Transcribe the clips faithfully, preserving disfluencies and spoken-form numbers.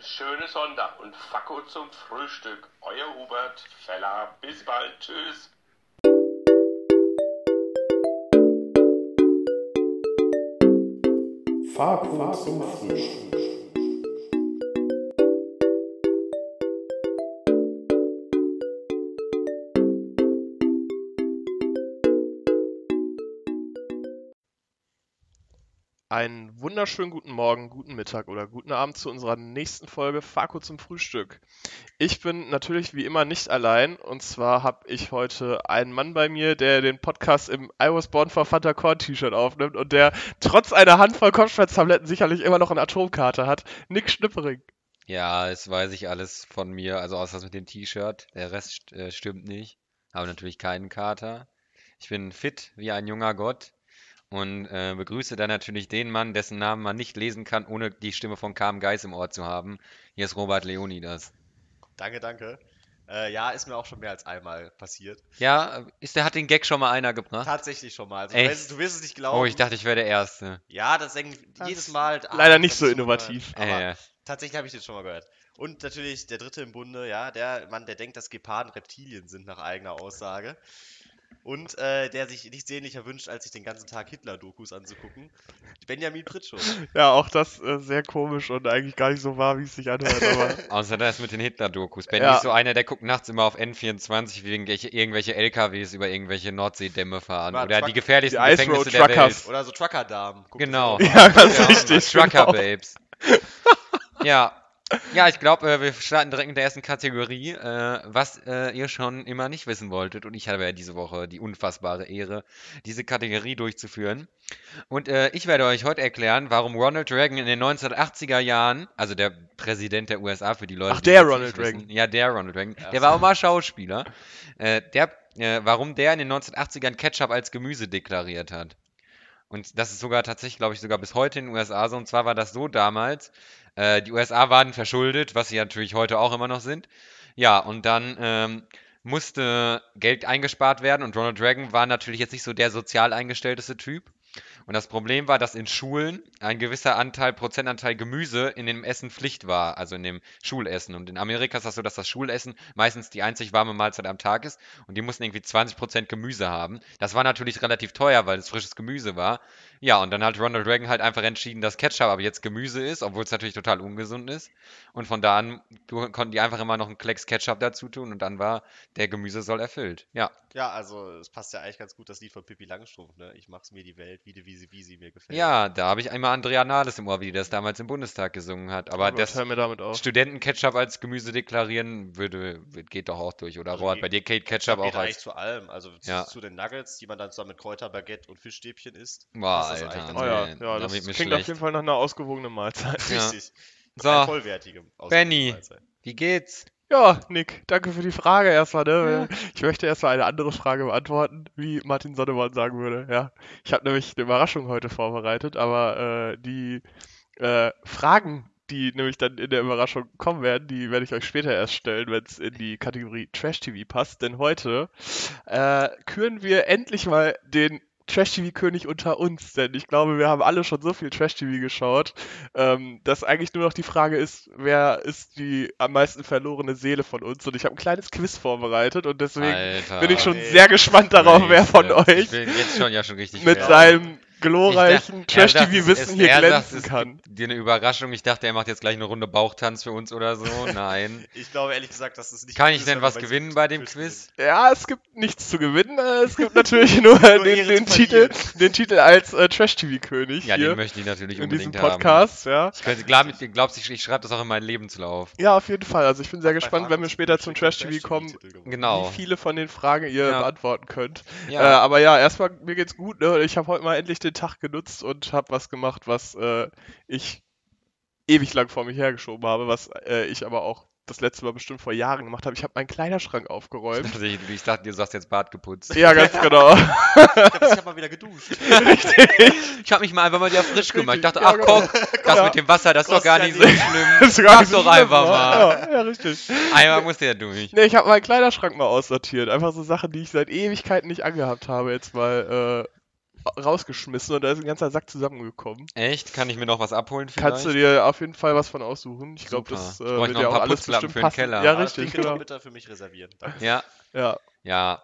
schönen Sonntag und Facko zum Frühstück. Euer Hubert Feller. Bis bald. Tschüss. Facko zum Frühstück. Einen wunderschönen guten Morgen, guten Mittag oder guten Abend zu unserer nächsten Folge Facko zum Frühstück. Ich bin natürlich wie immer nicht allein und zwar habe ich heute einen Mann bei mir, der den Podcast im I Was Born for Fanta Corn T-Shirt aufnimmt und der trotz einer Handvoll Kopfschmerztabletten sicherlich immer noch eine Atomkarte hat. Nick Schnippering. Ja, das weiß ich alles von mir, also außer das mit dem T-Shirt. Der Rest äh, stimmt nicht. Habe natürlich keinen Kater. Ich bin fit wie ein junger Gott und äh, begrüße dann natürlich den Mann, dessen Namen man nicht lesen kann, ohne die Stimme von Carmen Geis im Ohr zu haben. Hier ist Robert Leonidas. Danke, danke. Äh, ja, ist mir auch schon mehr als einmal passiert. Ja, ist der, hat den Gag schon mal einer gebracht? Tatsächlich schon mal. Also, Echt? du, wirst, du wirst es nicht glauben. Oh, ich dachte, ich wäre der Erste. Ja, das denke ich Das jedes ist Mal. leider ah, nicht das so ist schon mal- innovativ. Aber Äh, tatsächlich habe ich den schon mal gehört. Und natürlich der dritte im Bunde, ja, der Mann, der denkt, dass Geparden Reptilien sind, nach eigener Aussage. Und äh, der sich nichts sehnlicher wünscht, als sich den ganzen Tag Hitler-Dokus anzugucken. Benjamin Pritschot. Ja, auch das äh, sehr komisch und eigentlich gar nicht so wahr, wie es sich anhört, aber außer das mit den Hitler-Dokus. Benny Ja. ist so einer, der guckt nachts immer auf N vierundzwanzig, wie irgendwelche, irgendwelche L K Ws über irgendwelche Nordseedämme fahren. Mal Oder Truck- die gefährlichsten die Ice Gefängnisse Road der Truckers. Welt. Oder so Trucker-Damen. Guckt Genau. das auch Ja, mal. ganz Ja, richtig. Trucker genau. Babes. Ja. Ja, ich glaube, äh, wir starten direkt mit der ersten Kategorie, äh, was äh, ihr schon immer nicht wissen wolltet. Und ich habe ja diese Woche die unfassbare Ehre, diese Kategorie durchzuführen. Und äh, ich werde euch heute erklären, warum Ronald Reagan in den neunzehnhundertachtziger Jahren, also der Präsident der U S A für die Leute, Ach, die der das Ronald nicht wissen, Reagan. ja, der Ronald Reagan, Ach der so. war auch mal Schauspieler, äh, der, äh, warum der in den neunzehnhundertachtzigern Ketchup als Gemüse deklariert hat. Und das ist sogar tatsächlich, glaube ich, sogar bis heute in den U S A so. Und zwar war das so damals, äh, die U S A waren verschuldet, was sie natürlich heute auch immer noch sind. Ja, und dann ähm, musste Geld eingespart werden und Ronald Reagan war natürlich jetzt nicht so der sozial eingestellteste Typ. Und das Problem war, dass in Schulen ein gewisser Anteil, Prozentanteil Gemüse in dem Essen Pflicht war, also in dem Schulessen. Und in Amerika ist das so, dass das Schulessen meistens die einzig warme Mahlzeit am Tag ist und die mussten irgendwie zwanzig Prozent Gemüse haben. Das war natürlich relativ teuer, weil es frisches Gemüse war. Ja, und dann hat Ronald Reagan halt einfach entschieden, dass Ketchup aber jetzt Gemüse ist, obwohl es natürlich total ungesund ist. Und von da an du- konnten die einfach immer noch einen Klecks Ketchup dazu tun und dann war der Gemüsesoll erfüllt. Ja. Ja, also es passt ja eigentlich ganz gut, das Lied von Pippi Langstrumpf, ne? Ich mach's mir die Welt, wie, die- wie, sie, wie sie mir gefällt. Ja, da habe ich einmal Andrea Nahles im Ohr, wie die das damals im Bundestag gesungen hat. Aber Oh Gott, das hör mir damit auf. Studentenketchup als Gemüse deklarieren würde, wird- geht doch auch durch. Oder Also Robert, geht- bei dir geht Ketchup Geht auch eigentlich als... zu allem. Also zu, Ja. zu den Nuggets, die man dann zusammen mit Kräuterbaguette und Fischstäbchen isst. Boah, passt das Alter, eigentlich Oh ganz ja, Nee, ja, da das wird mir klingt auf schlecht. jeden Fall nach einer ausgewogenen Mahlzeit. Ja. Richtig. So, Eine vollwertige. ausgewogene Benny. Mahlzeit. wie geht's? Ja, Nick, danke für die Frage erstmal. Ne? Ich möchte erstmal eine andere Frage beantworten, wie Martin Sonneborn sagen würde. Ja, ich habe nämlich eine Überraschung heute vorbereitet, aber äh, die äh, Fragen, die nämlich dann in der Überraschung kommen werden, die werde ich euch später erst stellen, wenn es in die Kategorie Trash-T V passt. Denn heute äh, küren wir endlich mal den Trash-T V-König unter uns, denn ich glaube, wir haben alle schon so viel Trash-T V geschaut, ähm, dass eigentlich nur noch die Frage ist, wer ist die am meisten verlorene Seele von uns? Und ich habe ein kleines Quiz vorbereitet und deswegen Alter. bin ich schon nee. sehr gespannt darauf, wer von Crazy. euch Ich bin jetzt schon ja schon richtig mit fair. seinem glorreichen Ich dachte- er sagt, Trash-T V-Wissen es- hier er sagt, glänzen es kann. gibt dir eine Überraschung. Ich dachte, er macht jetzt gleich eine Runde Bauchtanz für uns oder so. Nein. Ich glaube ehrlich gesagt, dass es nicht Kann gut ich ist, denn wenn was man bei gewinnen diesem bei dem Quiz Quiz? Ja, es gibt nichts zu gewinnen. äh, Es gibt natürlich nur den, Ehre den, zu Titel, verlieren. den Titel als äh, Trash-T V-König Ja, hier den möchte ich natürlich in diesem unbedingt haben. Podcast. Ja. Ich könnte, glaub, glaubst du, ich schreibe das auch in meinen Lebenslauf. ja, auf jeden Fall. Also ich bin sehr Bei gespannt, wenn wir Farbe später zum zum Frühstück Trash-T V kommen, Trash-T V-Titel gewonnen. Genau. wie viele von den Fragen ihr Ja. beantworten könnt. Ja. Äh, aber ja, erstmal, mir geht's gut. Ne? Ich habe heute mal endlich den Tag genutzt und habe was gemacht, was äh, ich ewig lang vor mich hergeschoben habe, was äh, ich aber auch das letzte Mal bestimmt vor Jahren gemacht habe. Ich habe meinen Kleiderschrank aufgeräumt. Also ich, ich dachte, du hast jetzt Bart geputzt. Ja, ganz genau. Ich glaube, ich habe mal wieder geduscht. Richtig. Ich habe mich mal einfach mal wieder frisch gemacht. Ich dachte, Ja, ach genau. komm, das Ja. mit dem Wasser, das ist doch Kostet gar ja nicht so nichts. schlimm. Das ist gar Mach nicht so doch schlimm, einfach wa? mal. Ja, ja, richtig. Einmal muss der durch. Nee, ich habe meinen Kleiderschrank mal aussortiert. Einfach so Sachen, die ich seit Ewigkeiten nicht angehabt habe, jetzt mal äh, rausgeschmissen und da ist ein ganzer Sack zusammengekommen. Echt? Kann ich mir noch was abholen Kannst du vielleicht? dir auf jeden Fall was von aussuchen. Ich glaube, Super. das Ich äh, bräuchte wird noch ja ein auch paar alles Putzlappen bestimmt für den passen. Keller. Ja, Ah, das richtig, klingt genau. bitte für mich reservieren. Danke. Ja, Ja, ja.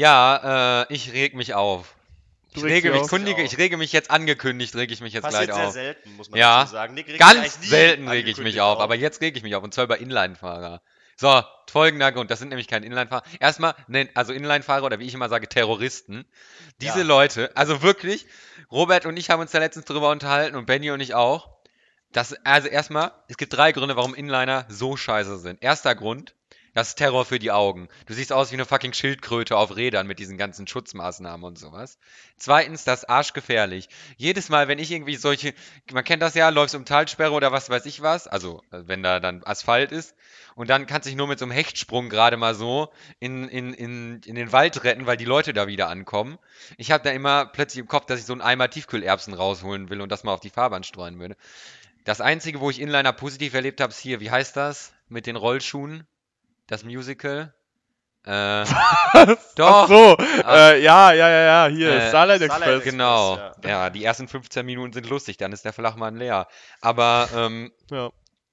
Ja, äh, ich reg mich auf. du Ich regst rege dich mich, auf. kundige, Ich ich rege mich jetzt angekündigt, rege ich mich jetzt Passiert gleich sehr auf. selten, muss man Ja, dazu sagen. Nick regt sich eigentlich Ganz nie selten rege ich angekündigt mich auf, aber jetzt rege ich mich auf und zwar über Inline-Fahrer. So, folgender Grund, das sind nämlich keine Inline-Fahrer. Erstmal, ne, also Inline-Fahrer oder wie ich immer sage, Terroristen. Diese Ja. Leute, also wirklich, Robert und ich haben uns da letztens drüber unterhalten und Benny und ich auch. Das, also erstmal, es gibt drei Gründe, warum Inliner so scheiße sind. Erster Grund, das ist Terror für die Augen. Du siehst aus wie eine fucking Schildkröte auf Rädern mit diesen ganzen Schutzmaßnahmen und sowas. Zweitens, das ist arschgefährlich. Jedes Mal, wenn ich irgendwie solche, man kennt das ja, läufst um Talsperre oder was weiß ich was, also äh, wenn da dann Asphalt ist, und dann kannst du dich nur mit so einem Hechtsprung gerade mal so in, in, in, in den Wald retten, weil die Leute da wieder ankommen. Ich habe da immer plötzlich im Kopf, dass ich so einen Eimer Tiefkühlerbsen rausholen will und das mal auf die Fahrbahn streuen würde. Das Einzige, wo ich Inliner positiv erlebt habe, ist hier, wie heißt das? Mit den Rollschuhen? Das Musical? Äh, doch! Ach so, Ah. äh, ja, ja, ja, ja, hier, Äh, Starlight Starlight Express. Express. Genau. ja. Ja, die ersten fünfzehn Minuten sind lustig, dann ist der Flachmann leer. Aber ähm, Ja.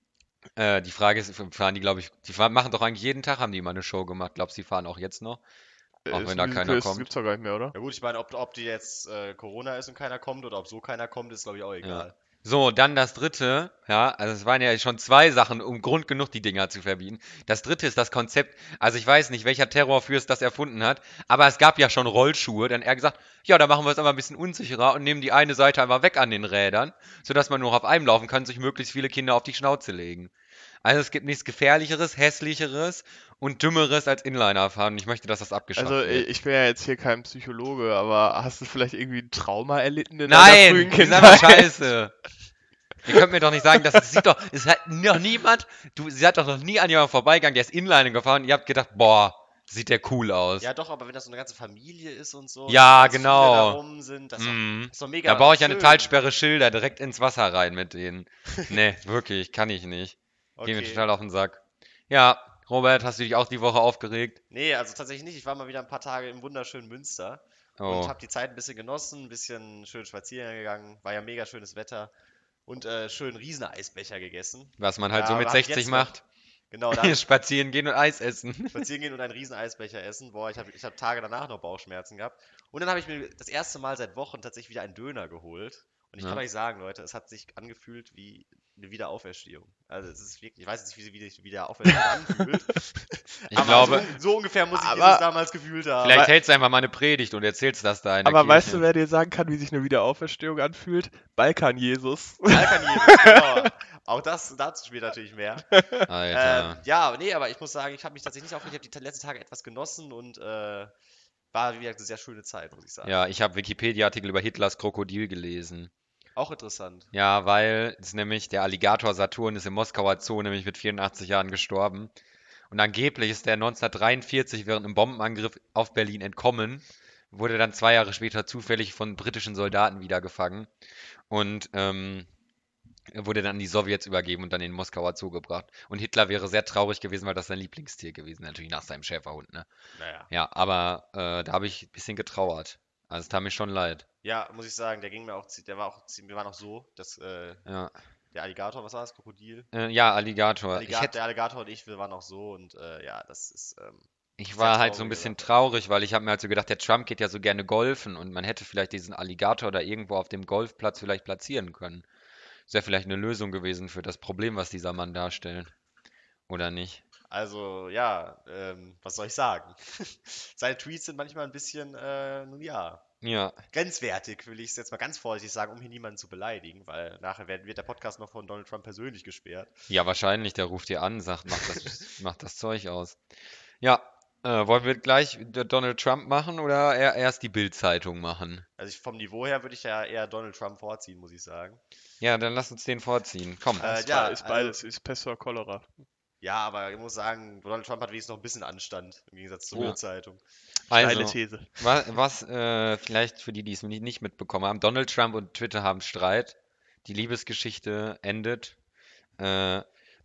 äh, die Frage ist, fahren die, glaube ich, die fahren, machen doch eigentlich jeden Tag, haben die mal eine Show gemacht. Glaubst du, die fahren auch jetzt noch? Auch Das wenn da Musical keiner ist- kommt. gibt's doch gar nicht mehr, oder? Ja gut, ich meine, ob, ob die jetzt äh, Corona ist und keiner kommt oder ob so keiner kommt, ist glaube ich auch egal. So, dann das dritte, ja, also es waren ja schon zwei Sachen, um Grund genug die Dinger zu verbieten. Das dritte ist das Konzept, also ich weiß nicht, welcher Terrorfürst das erfunden hat, aber es gab ja schon Rollschuhe, dann hat er gesagt, ja, da machen wir es aber ein bisschen unsicherer und nehmen die eine Seite einfach weg an den Rädern, sodass man nur auf einem laufen kann, sich möglichst viele Kinder auf die Schnauze legen. Also es gibt nichts Gefährlicheres, Hässlicheres und Dümmeres als Inliner fahren. Ich möchte, dass das abgeschafft Also, wird. ich bin ja jetzt hier kein Psychologe, aber hast du vielleicht irgendwie ein Trauma erlitten in Nein, deiner frühen das ist einfach Kindheit? scheiße. Ihr könnt mir doch nicht sagen, dass es sieht doch, es hat noch niemand, du, sie hat doch noch nie an jemandem vorbeigegangen, der ist Inline gefahren und ihr habt gedacht, boah, sieht der cool aus. Ja doch, aber wenn das so eine ganze Familie ist und so, Ja, und ganz genau. viele da rum sind, das ist, Mhm. doch, ist doch mega Da baue ich eine schön. Talsperre Schilder direkt ins Wasser rein mit denen. Nee, wirklich, kann ich nicht. Geh mir Okay. total auf den Sack. Ja, Robert, hast du dich auch die Woche aufgeregt? Nee, also tatsächlich nicht. Ich war mal wieder ein paar Tage im wunderschönen Münster und Oh, habe die Zeit ein bisschen genossen, ein bisschen schön spazieren gegangen. War ja mega schönes Wetter und äh, schön Rieseneisbecher gegessen. was man halt Ja, so mit aber hab ich sechzig jetzt noch- macht. Genau, da hab ich Spazieren gehen und Eis essen. spazieren gehen und einen Rieseneisbecher essen. Boah, ich habe ich hab Tage danach noch Bauchschmerzen gehabt. Und dann habe ich mir das erste Mal seit Wochen tatsächlich wieder einen Döner geholt. Und ich Ja. kann euch sagen, Leute, es hat sich angefühlt wie eine Wiederauferstehung. Also es ist wirklich, ich weiß jetzt nicht, wie sich Wiederauferstehung anfühlt. Ich aber glaube, so, so ungefähr muss ich Aber- Jesus damals gefühlt haben. vielleicht hältst du einfach mal eine Predigt und erzählst das da in der Aber Kirche. weißt du, wer dir sagen kann, wie sich eine Wiederauferstehung anfühlt? Balkan-Jesus. Balkan Jesus, genau. Auch das dazu spielt natürlich mehr. Alter. Ähm, ja, nee, aber ich muss sagen, ich habe mich tatsächlich nicht aufgeregt. Ich habe die letzten Tage etwas genossen und äh, war wie gesagt eine sehr schöne Zeit, muss ich sagen. Ja, ich habe Wikipedia-Artikel über Hitlers Krokodil gelesen. Auch interessant. Ja, weil es nämlich der Alligator Saturn ist im Moskauer Zoo nämlich mit vierundachtzig Jahren gestorben. Und angeblich ist der neunzehnhundertdreiundvierzig während einem Bombenangriff auf Berlin entkommen, wurde dann zwei Jahre später zufällig von britischen Soldaten wieder gefangen und ähm, er wurde dann an die Sowjets übergeben und dann in den Moskauer Zoo gebracht. Und Hitler wäre sehr traurig gewesen, weil das sein Lieblingstier gewesen wäre, natürlich nach seinem Schäferhund, ne? Naja. Ja, aber äh, da habe ich ein bisschen getrauert. Also es tat mir schon leid. Ja, muss ich sagen, der ging mir auch, zie- der war auch, zie- wir waren auch so, dass äh, Ja, der Alligator, was war das, Krokodil? äh, ja Alligator. Ich Alligator, hätte der Alligator und ich, wir waren auch so und äh, ja, das ist, ähm, Ich Sehr war halt so ein traurige bisschen Sache. traurig, weil ich habe mir halt so gedacht, der Trump geht ja so gerne golfen und man hätte vielleicht diesen Alligator da irgendwo auf dem Golfplatz vielleicht platzieren können. Das wäre vielleicht eine Lösung gewesen für das Problem, was dieser Mann darstellt. Oder nicht? also ja, ähm, was soll ich sagen? Seine Tweets sind manchmal ein bisschen, äh, nun ja, Ja, grenzwertig, will ich es jetzt mal ganz vorsichtig sagen, um hier niemanden zu beleidigen, weil nachher wird, wird der Podcast noch von Donald Trump persönlich gesperrt. ja, wahrscheinlich, der ruft dir an, sagt, mach das, mach das Zeug aus. Ja, äh, wollen wir gleich d- Donald Trump machen oder er, erst die Bild-Zeitung machen? Also ich, vom Niveau her würde ich ja eher Donald Trump vorziehen, muss ich sagen. Ja, dann lass uns den vorziehen. Komm. Äh, Ist ja, be- ist beides, ist Pest oder Cholera. Ja, aber ich muss sagen, Donald Trump hat wenigstens noch ein bisschen Anstand im Gegensatz zur Ja. Bild-Zeitung. Steile Also, These. was, was äh, vielleicht für die, die es nicht nicht mitbekommen haben, Donald Trump und Twitter haben Streit. Die Liebesgeschichte endet. Äh,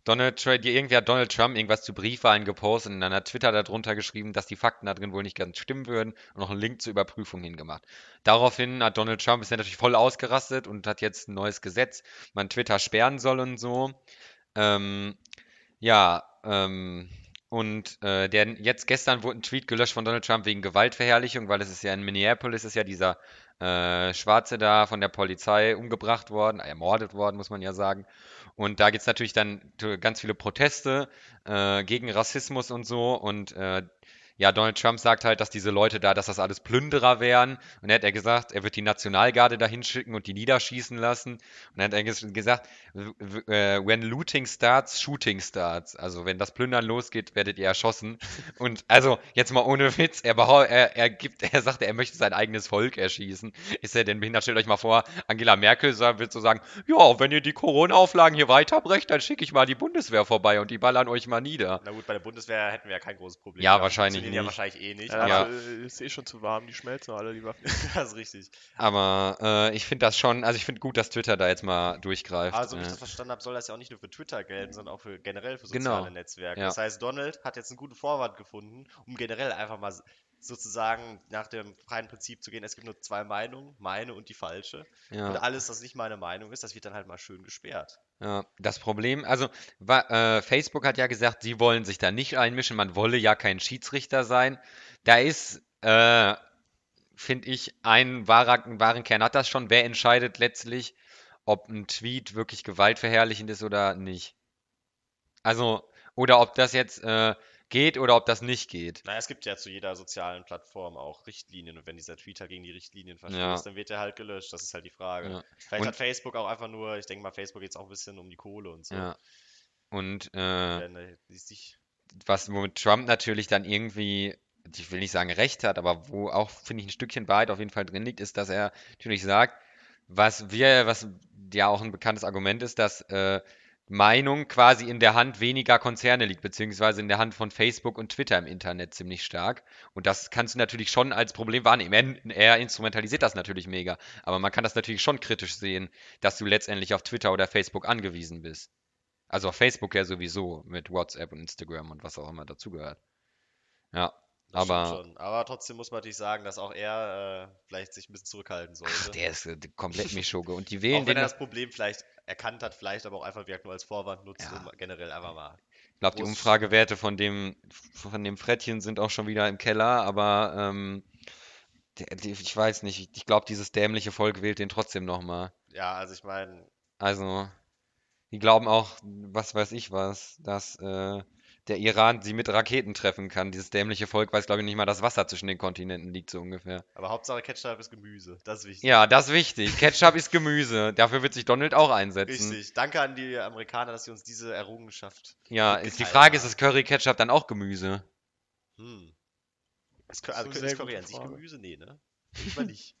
Donald Trump, irgendwie hat Donald Trump irgendwas zu Briefwahlen gepostet und dann hat Twitter darunter geschrieben, dass die Fakten da drin wohl nicht ganz stimmen würden und noch einen Link zur Überprüfung hingemacht. Daraufhin hat Donald Trump ist ja natürlich voll ausgerastet und hat jetzt ein neues Gesetz, man Twitter sperren soll und so. Ähm, ja, ähm, und äh, der, jetzt gestern wurde ein Tweet gelöscht von Donald Trump wegen Gewaltverherrlichung, weil es ist ja in Minneapolis, ist ja dieser äh, Schwarze da von der Polizei umgebracht worden, äh, ermordet worden, muss man ja sagen. Und da gibt es natürlich dann t- ganz viele Proteste äh, gegen Rassismus und so. Und äh, ja, Donald Trump sagt halt, dass diese Leute da, dass das alles Plünderer wären. Und dann hat er gesagt, er wird die Nationalgarde dahin schicken und die niederschießen lassen. Und dann hat er ges- gesagt, w- w- äh, when looting starts, shooting starts. Also wenn das Plündern losgeht, werdet ihr erschossen. Und also jetzt mal ohne Witz, er, behau- er, er gibt, er sagte, er möchte sein eigenes Volk erschießen. Ist er denn behindert? Stellt euch mal vor, Angela Merkel sa- wird so sagen, ja, wenn ihr die Corona-Auflagen hier weiterbrecht, dann schicke ich mal die Bundeswehr vorbei und die ballern euch mal nieder. Na gut, bei der Bundeswehr hätten wir ja kein großes Problem. Ja, gehabt. wahrscheinlich Funktionieren ja nicht. wahrscheinlich eh nicht. Ja, aber Ja. dafür ist eh schon zu warm, die schmelzen alle, die Waffen. das ist richtig. Aber äh, ich finde das schon, also ich finde gut, dass Twitter da jetzt mal durchgreift. Aber so wie ich äh. das verstanden habe, soll das ja auch nicht nur für Twitter gelten, sondern auch für generell für Genau. soziale Netzwerke. Ja. Das heißt, Donald hat jetzt einen guten Vorwand gefunden, um generell einfach mal s- sozusagen nach dem freien Prinzip zu gehen. Es gibt nur zwei Meinungen, meine und die falsche. Und Ja, alles, was nicht meine Meinung ist, das wird dann halt mal schön gesperrt. ja. Das Problem, also wa- äh, Facebook hat ja gesagt, sie wollen sich da nicht einmischen, man wolle ja kein Schiedsrichter sein. Da ist, äh, finde ich, ein wahrer, einen wahren Kern hat das schon. Wer entscheidet letztlich, ob ein Tweet wirklich gewaltverherrlichend ist oder nicht? Also, oder ob das jetzt äh, geht oder ob das nicht geht. Naja, es gibt ja zu jeder sozialen Plattform auch Richtlinien und wenn dieser Tweet halt gegen die Richtlinien Ja. verstößt, dann wird er halt gelöscht. Das ist halt die Frage. Ja. Vielleicht Und- hat Facebook auch einfach nur, ich denke mal, Facebook geht es auch ein bisschen um die Kohle und so. Ja. Und äh, Wenn er sich was, womit Trump natürlich dann irgendwie, ich will nicht sagen recht hat, aber wo auch, finde ich, ein Stückchen Wahrheit auf jeden Fall drin liegt, ist, dass er natürlich sagt, was wir, was ja auch ein bekanntes Argument ist, dass äh, Meinung quasi in der Hand weniger Konzerne liegt, beziehungsweise in der Hand von Facebook und Twitter im Internet ziemlich stark. Und das kannst du natürlich schon als Problem wahrnehmen. Er, er instrumentalisiert das natürlich mega, aber man kann das natürlich schon kritisch sehen, dass du letztendlich auf Twitter oder Facebook angewiesen bist. Also auf Facebook ja sowieso mit WhatsApp und Instagram und was auch immer dazugehört. Ja, Das stimmt aber schon. Aber trotzdem muss man natürlich sagen, dass auch er äh, vielleicht sich ein bisschen zurückhalten sollte. ach, der ist äh, komplett Mischugge. Und die Auch wählen wenn den. er das Problem vielleicht erkannt hat, vielleicht aber auch einfach wirklich nur als Vorwand nutzt, Ja. um generell einfach mal. Ich glaube, die groß- Umfragewerte von dem, von dem Frettchen sind auch schon wieder im Keller, aber ähm, der, die, ich weiß nicht. Ich glaube, dieses dämliche Volk wählt den trotzdem nochmal. Ja, also ich meine, Also, die glauben auch, was weiß ich was, dass äh, der Iran sie mit Raketen treffen kann. Dieses dämliche Volk weiß, glaube ich, nicht mal, dass Wasser zwischen den Kontinenten liegt, so ungefähr. aber Hauptsache Ketchup ist Gemüse. Das ist wichtig. Ja, das ist wichtig. Ketchup ist Gemüse. Dafür wird sich Donald auch einsetzen. Richtig. Danke an die Amerikaner, dass sie uns diese Errungenschaft. Ja, ist die mitgeteilt Frage, ist haben. das Curry Ketchup dann auch Gemüse? Hm. Ist, Das also, ist ist eine sehr Curry gute an sich Frage. Gemüse? Nee, ne? Ich mal nicht.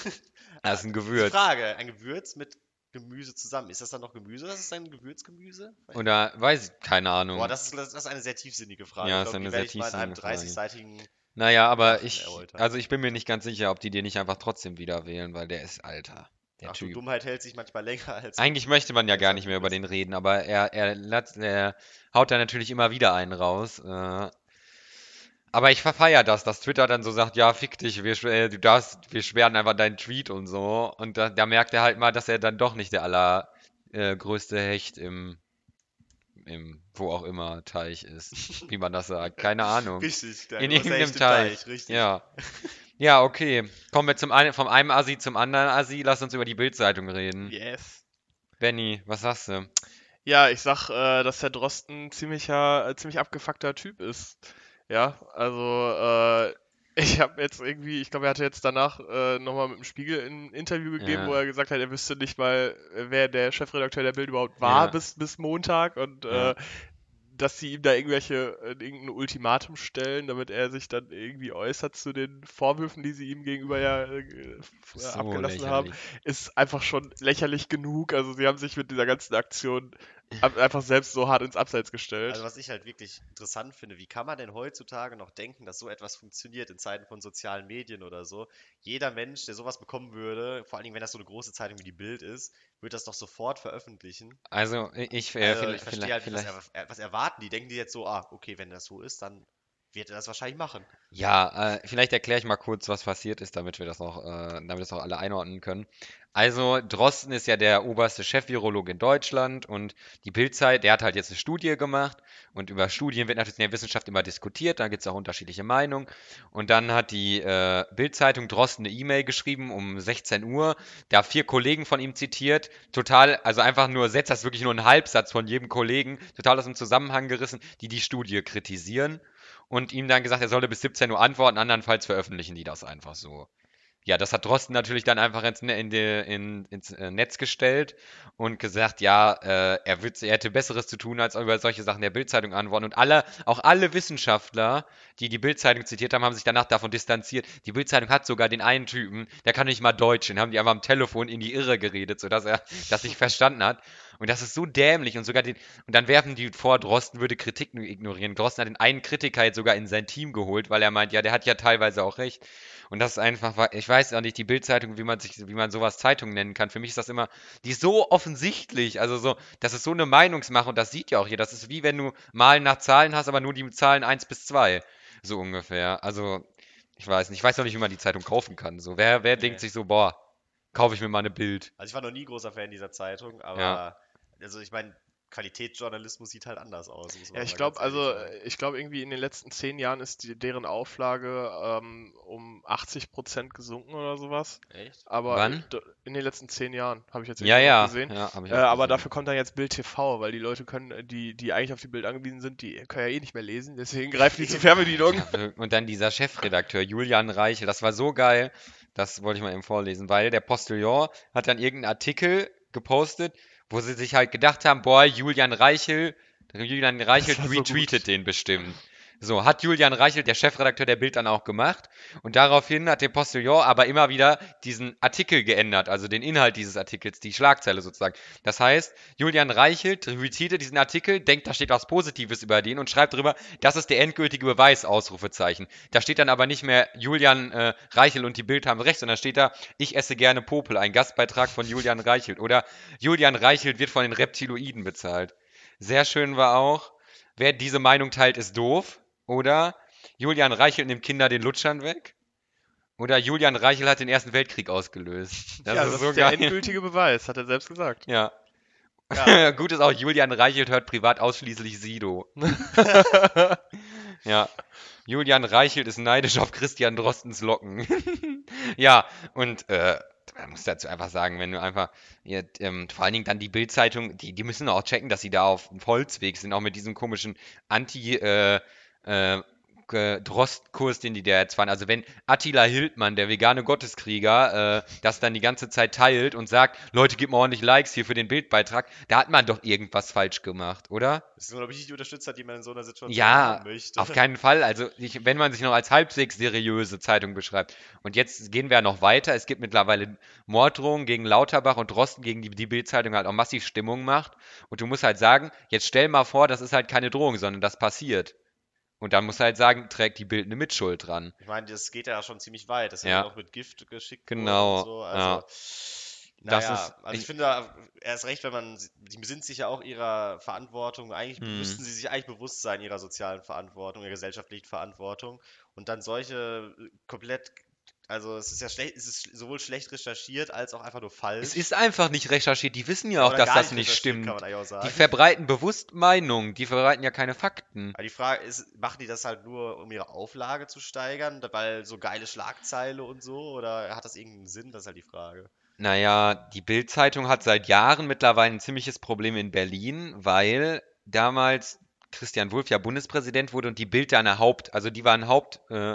Das ist ein Die Gewürz. Frage, ein Gewürz mit Gemüse zusammen. Ist das dann noch Gemüse oder ist das ein Gewürzgemüse? Weiß ich Oder weiß ich, keine Ahnung. Boah, das ist, das ist eine sehr tiefsinnige Frage. Ja, Ich ist glaub, eine die sehr werde ich mal in einem tiefsinnige Frage. dreißig-seitigen. Naja, aber Nachrichten ich, erläutern. also ich bin mir nicht ganz sicher, ob die dir nicht einfach trotzdem wieder wählen, weil der ist Alter. Der Ach du, Typ. Dummheit hält sich manchmal länger als. Eigentlich möchte man ja als gar er nicht mehr über ist. den reden, aber er, er, latzt- er haut da natürlich immer wieder einen raus. Äh, aber ich verfeier das, dass Twitter dann so sagt, ja, fick dich, wir, schw- äh, du darfst, wir schweren einfach deinen Tweet und so. Und da, da merkt er halt mal, dass er dann doch nicht der allergrößte Hecht im, im, wo auch immer, Teich ist. Wie man das sagt. Keine Ahnung. Richtig, der In große irgendeinem echte Teich. richtig. Ja. Ja, okay. Kommen wir zum einen, vom einen Assi zum anderen Assi. Lass uns über die Bild-Zeitung reden. Yes. Benny, was sagst du? Ja, ich sag, äh, dass der Drosten ziemlicher, äh, ziemlich abgefuckter Typ ist. Ja, also äh, ich habe jetzt irgendwie, ich glaube, er hatte jetzt danach äh, nochmal mit dem Spiegel ein Interview gegeben, Ja. wo er gesagt hat, er wüsste nicht mal, äh, wer der Chefredakteur der Bild überhaupt war Ja. bis, bis Montag und Ja. äh, dass sie ihm da irgendwelche, äh, irgendein Ultimatum stellen, damit er sich dann irgendwie äußert zu den Vorwürfen, die sie ihm gegenüber ja äh, äh, So abgelassen haben, lächerlich. ist einfach schon lächerlich genug. Also sie haben sich mit dieser ganzen Aktion ab- einfach selbst so hart ins Abseits gestellt. Also was ich halt wirklich interessant finde, wie kann man denn heutzutage noch denken, dass so etwas funktioniert in Zeiten von sozialen Medien oder so? Jeder Mensch, der sowas bekommen würde, vor allen Dingen, wenn das so eine große Zeitung wie die Bild ist, würde das doch sofort veröffentlichen. Also ich, äh, Also ich vielleicht, verstehe vielleicht, halt nicht, was, vielleicht. er, was erwarten die? Denken die jetzt so, ah, okay, wenn das so ist, dann wird er das wahrscheinlich machen. Ja, äh, vielleicht erkläre ich mal kurz, was passiert ist, damit wir das auch, äh, damit das auch alle einordnen können. Also, Drosten ist ja der oberste Chefvirologe in Deutschland und die Bild-Zeit, der hat halt jetzt eine Studie gemacht und über Studien wird natürlich in der Wissenschaft immer diskutiert, da gibt es auch unterschiedliche Meinungen. Und dann hat die äh, Bild-Zeitung Drosten eine E-Mail geschrieben um sechzehn Uhr, da vier Kollegen von ihm zitiert, total, also einfach nur Sätze, das ist wirklich nur ein Halbsatz von jedem Kollegen, total aus dem Zusammenhang gerissen, die die Studie kritisieren und ihm dann gesagt, er solle bis siebzehn Uhr antworten, andernfalls veröffentlichen die das einfach so. Ja, das hat Drosten natürlich dann einfach ins, Ne- in die, in, ins äh, Netz gestellt und gesagt, ja, äh, er, wird, er hätte Besseres zu tun, als über solche Sachen der Bildzeitung antworten. Und alle, auch alle Wissenschaftler, die die Bildzeitung zitiert haben, haben sich danach davon distanziert. Die Bildzeitung hat sogar den einen Typen, der kann nicht mal Deutsch, den haben die einfach am Telefon in die Irre geredet, sodass er das nicht verstanden hat. Und das ist so dämlich und sogar den, und dann werfen die vor, Drosten würde Kritik nur ignorieren. Drosten hat den einen Kritiker jetzt sogar in sein Team geholt, weil er meint, ja, der hat ja teilweise auch recht. Und das ist einfach, wa- ich weiß auch nicht, die Bild-Zeitung, wie man sich, wie man sowas Zeitung nennen kann. Für mich ist das immer, die ist so offensichtlich. Also so, das ist so eine Meinungsmache und das sieht ja auch jeder. Das ist wie wenn du Malen nach Zahlen hast, aber nur die Zahlen eins bis zwei. So ungefähr. Also, ich weiß nicht. Ich weiß auch nicht, wie man die Zeitung kaufen kann. So, wer, wer denkt Nee. sich so, boah, kaufe ich mir mal eine Bild. Also ich war noch nie großer Fan dieser Zeitung, Ja. aber also ich meine, Qualitätsjournalismus sieht halt anders aus, muss Ja, man ich mal glaube, ganz ehrlich also sagen. äh, ich glaube irgendwie in den letzten zehn Jahren ist die, deren Auflage ähm, um achtzig Prozent gesunken oder sowas. Echt? Aber Wann? äh, d- in den letzten zehn Jahren habe ich jetzt Ja, irgendwo noch ja, gesehen. ja, habe ich Äh, auch aber gesehen. dafür kommt dann jetzt Bild T V, weil die Leute können, äh, die, die eigentlich auf die Bild angewiesen sind, die können ja eh nicht mehr lesen, deswegen greifen die zur Fernbedienung. Ja, wir- und dann dieser Chefredakteur Julian Reichel, das war so geil, das wollte ich mal eben vorlesen, weil der Postillon hat dann irgendeinen Artikel gepostet, wo sie sich halt gedacht haben, boah, Julian Reichel, Julian Reichel war so retweetet gut. den bestimmt. So, hat Julian Reichel, der Chefredakteur der Bild, dann auch gemacht. Und daraufhin hat der Postillon aber immer wieder diesen Artikel geändert, also den Inhalt dieses Artikels, die Schlagzeile sozusagen. Das heißt, Julian Reichelt retweetet diesen Artikel, denkt, da steht was Positives über den und schreibt drüber, das ist der endgültige Beweis, Ausrufezeichen. Da steht dann aber nicht mehr Julian äh, Reichel und die Bild haben recht, sondern steht da, ich esse gerne Popel, ein Gastbeitrag von Julian Reichelt. Oder Julian Reichelt wird von den Reptiloiden bezahlt. Sehr schön war auch, wer diese Meinung teilt, ist doof. Oder Julian Reichelt nimmt Kinder den Lutschern weg. Oder Julian Reichel hat den Ersten Weltkrieg ausgelöst. Das Ja, ist das so ist der geil. endgültige Beweis, hat er selbst gesagt. Ja. Ja, Gut ist auch, Julian Reichelt hört privat ausschließlich Sido. Ja. Julian Reichelt ist neidisch auf Christian Drostens Locken. Ja, und äh, man muss dazu einfach sagen, wenn du einfach, ja, ähm, vor allen Dingen dann die Bild-Zeitung, die, die müssen auch checken, dass sie da auf dem Holzweg sind, auch mit diesem komischen Anti- äh, äh, Ge- Drost-Kurs, den die da jetzt fahren. Also wenn Attila Hildmann, der vegane Gotteskrieger, äh, das dann die ganze Zeit teilt und sagt, Leute, gebt mal ordentlich Likes hier für den Bildbeitrag, da hat man doch irgendwas falsch gemacht, oder? das sind, glaube ich, nicht die Unterstützer, die man in so einer Situation Ja, haben möchte. auf keinen Fall. Also ich, wenn man sich noch als halbwegs seriöse Zeitung beschreibt. Und jetzt gehen wir ja noch weiter. Es gibt mittlerweile Morddrohungen gegen Lauterbach und Drosten, gegen die die Bild-Zeitung halt auch massiv Stimmung macht. Und du musst halt sagen, jetzt stell mal vor, das ist halt keine Drohung, sondern das passiert. Und dann musst du halt sagen, trägt die Bild eine Mitschuld dran. Ich meine, das geht ja schon ziemlich weit. Das ist Ja. ja auch mit Gift geschickt Genau, worden und so. ja. Also, Das naja, ist- also ich ich- finde, erst recht, wenn man, die besinnt sich ja auch ihrer Verantwortung. Eigentlich Hm. müssten sie sich eigentlich bewusst sein ihrer sozialen Verantwortung, ihrer gesellschaftlichen Verantwortung. Und dann solche äh, komplett, also es ist ja schlecht, es ist sowohl schlecht recherchiert als auch einfach nur falsch. Es ist einfach nicht recherchiert. Die wissen ja auch, Oder dass gar das nicht recherchiert, stimmt. kann man eigentlich auch Die sagen. verbreiten bewusst Meinungen. Die verbreiten ja keine Fakten. Aber die Frage ist, machen die das halt nur, um ihre Auflage zu steigern, weil so geile Schlagzeile und so, oder hat das irgendeinen Sinn? Das ist halt die Frage. Naja, die Bild-Zeitung hat seit Jahren mittlerweile ein ziemliches Problem in Berlin, weil damals Christian Wulff ja Bundespräsident wurde und die Bild da eine Haupt, also die war ein Haupt, äh,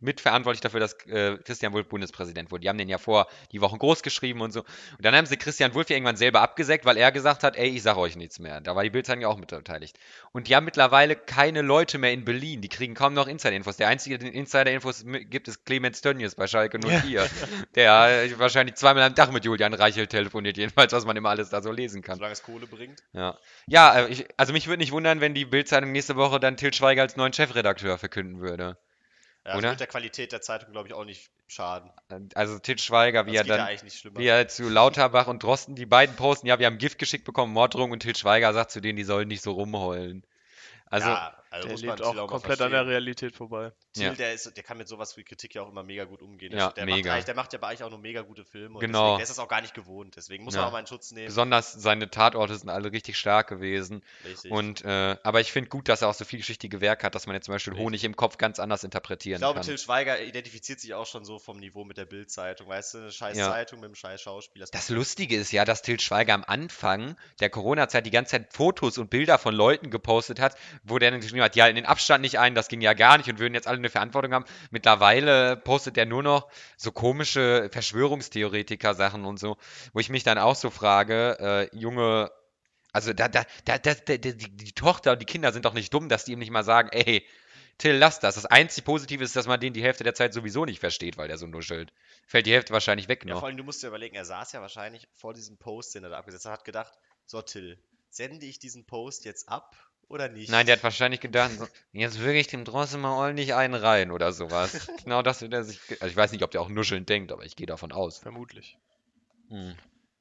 mitverantwortlich dafür, dass äh, Christian Wulff Bundespräsident wurde. Die haben den ja vor die Wochen groß geschrieben und so. Und dann haben sie Christian Wulff irgendwann selber abgesägt, weil er gesagt hat, ey, ich sag euch nichts mehr. Da war die Bild-Zeitung ja auch mit beteiligt. Und die haben mittlerweile keine Leute mehr in Berlin. Die kriegen kaum noch Insider-Infos. Der einzige, der den Insider-Infos mi- gibt, ist Clemens Tönnies bei Schalke null vier. Der äh, wahrscheinlich zweimal am Tag mit Julian Reichelt telefoniert, jedenfalls, was man immer alles da so lesen kann. Solange es Kohle bringt. Ja, ja äh, ich, also mich würde nicht wundern, wenn die Bild-Zeitung nächste Woche dann Til Schweiger als neuen Chefredakteur verkünden würde. Ja, also Oder? wird der Qualität der Zeitung, glaube ich, auch nicht schaden. Also Til Schweiger, wie Das er geht ja dann, eigentlich nicht schlimmer. wie er zu Lauterbach und Drosten, die beiden posten, ja, wir haben Gift geschickt bekommen, Morddrohung, und Til Schweiger sagt zu denen, die sollen nicht so rumheulen. Also, ja, also Der muss man lebt Till auch auch mal komplett an der verstehen. Realität vorbei. Till, Ja. der, ist, der kann mit sowas wie Kritik ja auch immer mega gut umgehen. Der, Ja, der, mega. Macht, eigentlich- der macht ja bei eigentlich auch nur mega gute Filme. Und Genau. Deswegen, der ist das auch gar nicht gewohnt. Deswegen muss Ja. man auch mal in Schutz nehmen. besonders seine Tatorte sind alle richtig stark gewesen. Richtig. Und, äh, aber ich finde gut, dass er auch so vielschichtige Werke hat, dass man jetzt zum Beispiel Richtig. Honig im Kopf ganz anders ich interpretieren glaube, kann. Till Schweiger identifiziert sich auch schon so vom Niveau mit der Bild-Zeitung. Weißt du, eine scheiß Ja. Zeitung mit einem scheiß Schauspieler. Das Lustige ist ja, dass Til Schweiger am Anfang der Corona-Zeit die ganze Zeit Fotos und Bilder von Leuten gepostet hat, wo der dann geschrieben hat, ja, in den Abstand nicht ein, das ging ja gar nicht und würden jetzt alle eine Verantwortung haben. Mittlerweile postet er nur noch so komische Verschwörungstheoretiker-Sachen und so, wo ich mich dann auch so frage, äh, Junge, also da, da, da, da, da, die, die Tochter und die Kinder sind doch nicht dumm, dass die ihm nicht mal sagen, ey, Till, lass das. Das einzig Positive ist, dass man den die Hälfte der Zeit sowieso nicht versteht, weil der so nuschelt. Fällt die Hälfte wahrscheinlich weg Ja, noch. vor allem, du musst dir überlegen, er saß ja wahrscheinlich vor diesem Post, den er da abgesetzt hat, hat gedacht, so Till, sende ich diesen Post jetzt ab oder nicht? Nein, der hat wahrscheinlich gedacht, so, jetzt würge ich dem Drossen mal ordentlich einen rein oder sowas. Genau das wird er sich. ge- Also ich weiß nicht, ob der auch nuscheln denkt, aber ich gehe davon aus. Vermutlich. Hm.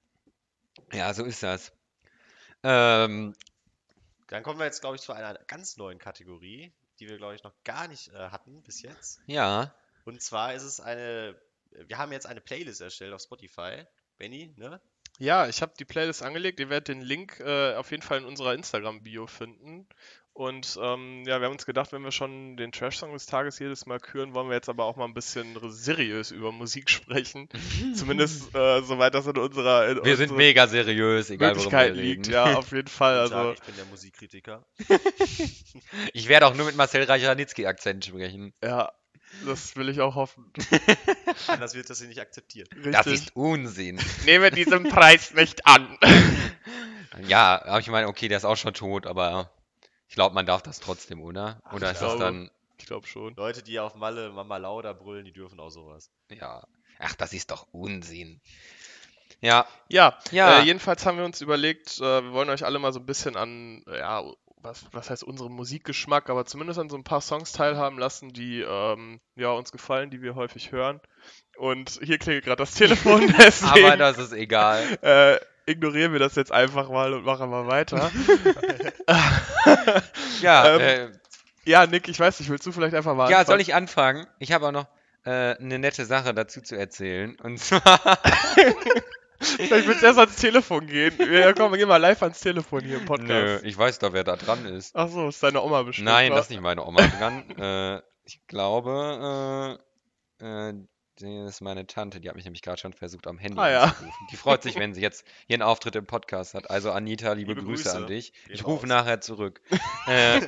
Ja, so ist das. Ähm, Dann kommen wir jetzt, glaube ich, zu einer ganz neuen Kategorie, die wir, glaube ich, noch gar nicht äh, hatten bis jetzt. ja. Und zwar ist es eine, wir haben jetzt eine Playlist erstellt auf Spotify. Benny, ne? Ja, ich habe die Playlist angelegt. Ihr werdet den Link äh, auf jeden Fall in unserer Instagram-Bio finden. Und ähm, ja, wir haben uns gedacht, wenn wir schon den Trash-Song des Tages jedes Mal küren, wollen wir jetzt aber auch mal ein bisschen seriös über Musik sprechen. Zumindest äh, soweit das in unserer in Wir sind unseren mega seriös, egal worüber Möglichkeiten wir liegt. reden. Ja, auf jeden Fall. Guten Tag, Also ich bin der Musikkritiker. Ich werde auch nur mit Marcel Reich-Ranitzky-Akzent sprechen. ja, das will ich auch hoffen. Anders wird das hier nicht akzeptiert. Das Richtig. ist Unsinn. Nehme diesen Preis nicht an. Ja, aber ich meine, okay, der ist auch schon tot, aber ich glaube, man darf das trotzdem, oder? Ach, Oder ich ist das glaube. dann, Ich glaube schon. Leute, die auf Malle Mama Lauda brüllen, die dürfen auch sowas. ja, ach, das ist doch Unsinn. Ja, Ja, Ja. Äh, jedenfalls haben wir uns überlegt, äh, wir wollen euch alle mal so ein bisschen an, äh, ja, was, was heißt unserem Musikgeschmack, aber zumindest an so ein paar Songs teilhaben lassen, die ähm, ja, uns gefallen, die wir häufig hören. Und hier klingelt gerade das Telefon, deswegen aber das ist egal. äh, ignorieren wir das jetzt einfach mal und machen mal weiter. Ja, Ähm, äh, Ja, Nick, ich weiß nicht, willst du vielleicht einfach mal ja, anfangen? soll ich anfangen? Ich habe auch noch äh, eine nette Sache dazu zu erzählen. Und zwar, Vielleicht willst du erst ans Telefon gehen. Ja, komm, wir gehen mal live ans Telefon hier im nö, Podcast. ich weiß doch, wer da dran ist. Ach so, ist deine Oma bestimmt. Nein, wa? das ist nicht meine Oma dran. äh, ich glaube, äh, äh, das ist meine Tante, die hat mich nämlich gerade schon versucht, am Handy Ah, ja. anzurufen. Die freut sich, wenn sie jetzt hier einen Auftritt im Podcast hat. Also Anita, liebe, Liebe Grüße, an Grüße. dich. Gehen Ich rufe raus. nachher zurück. äh,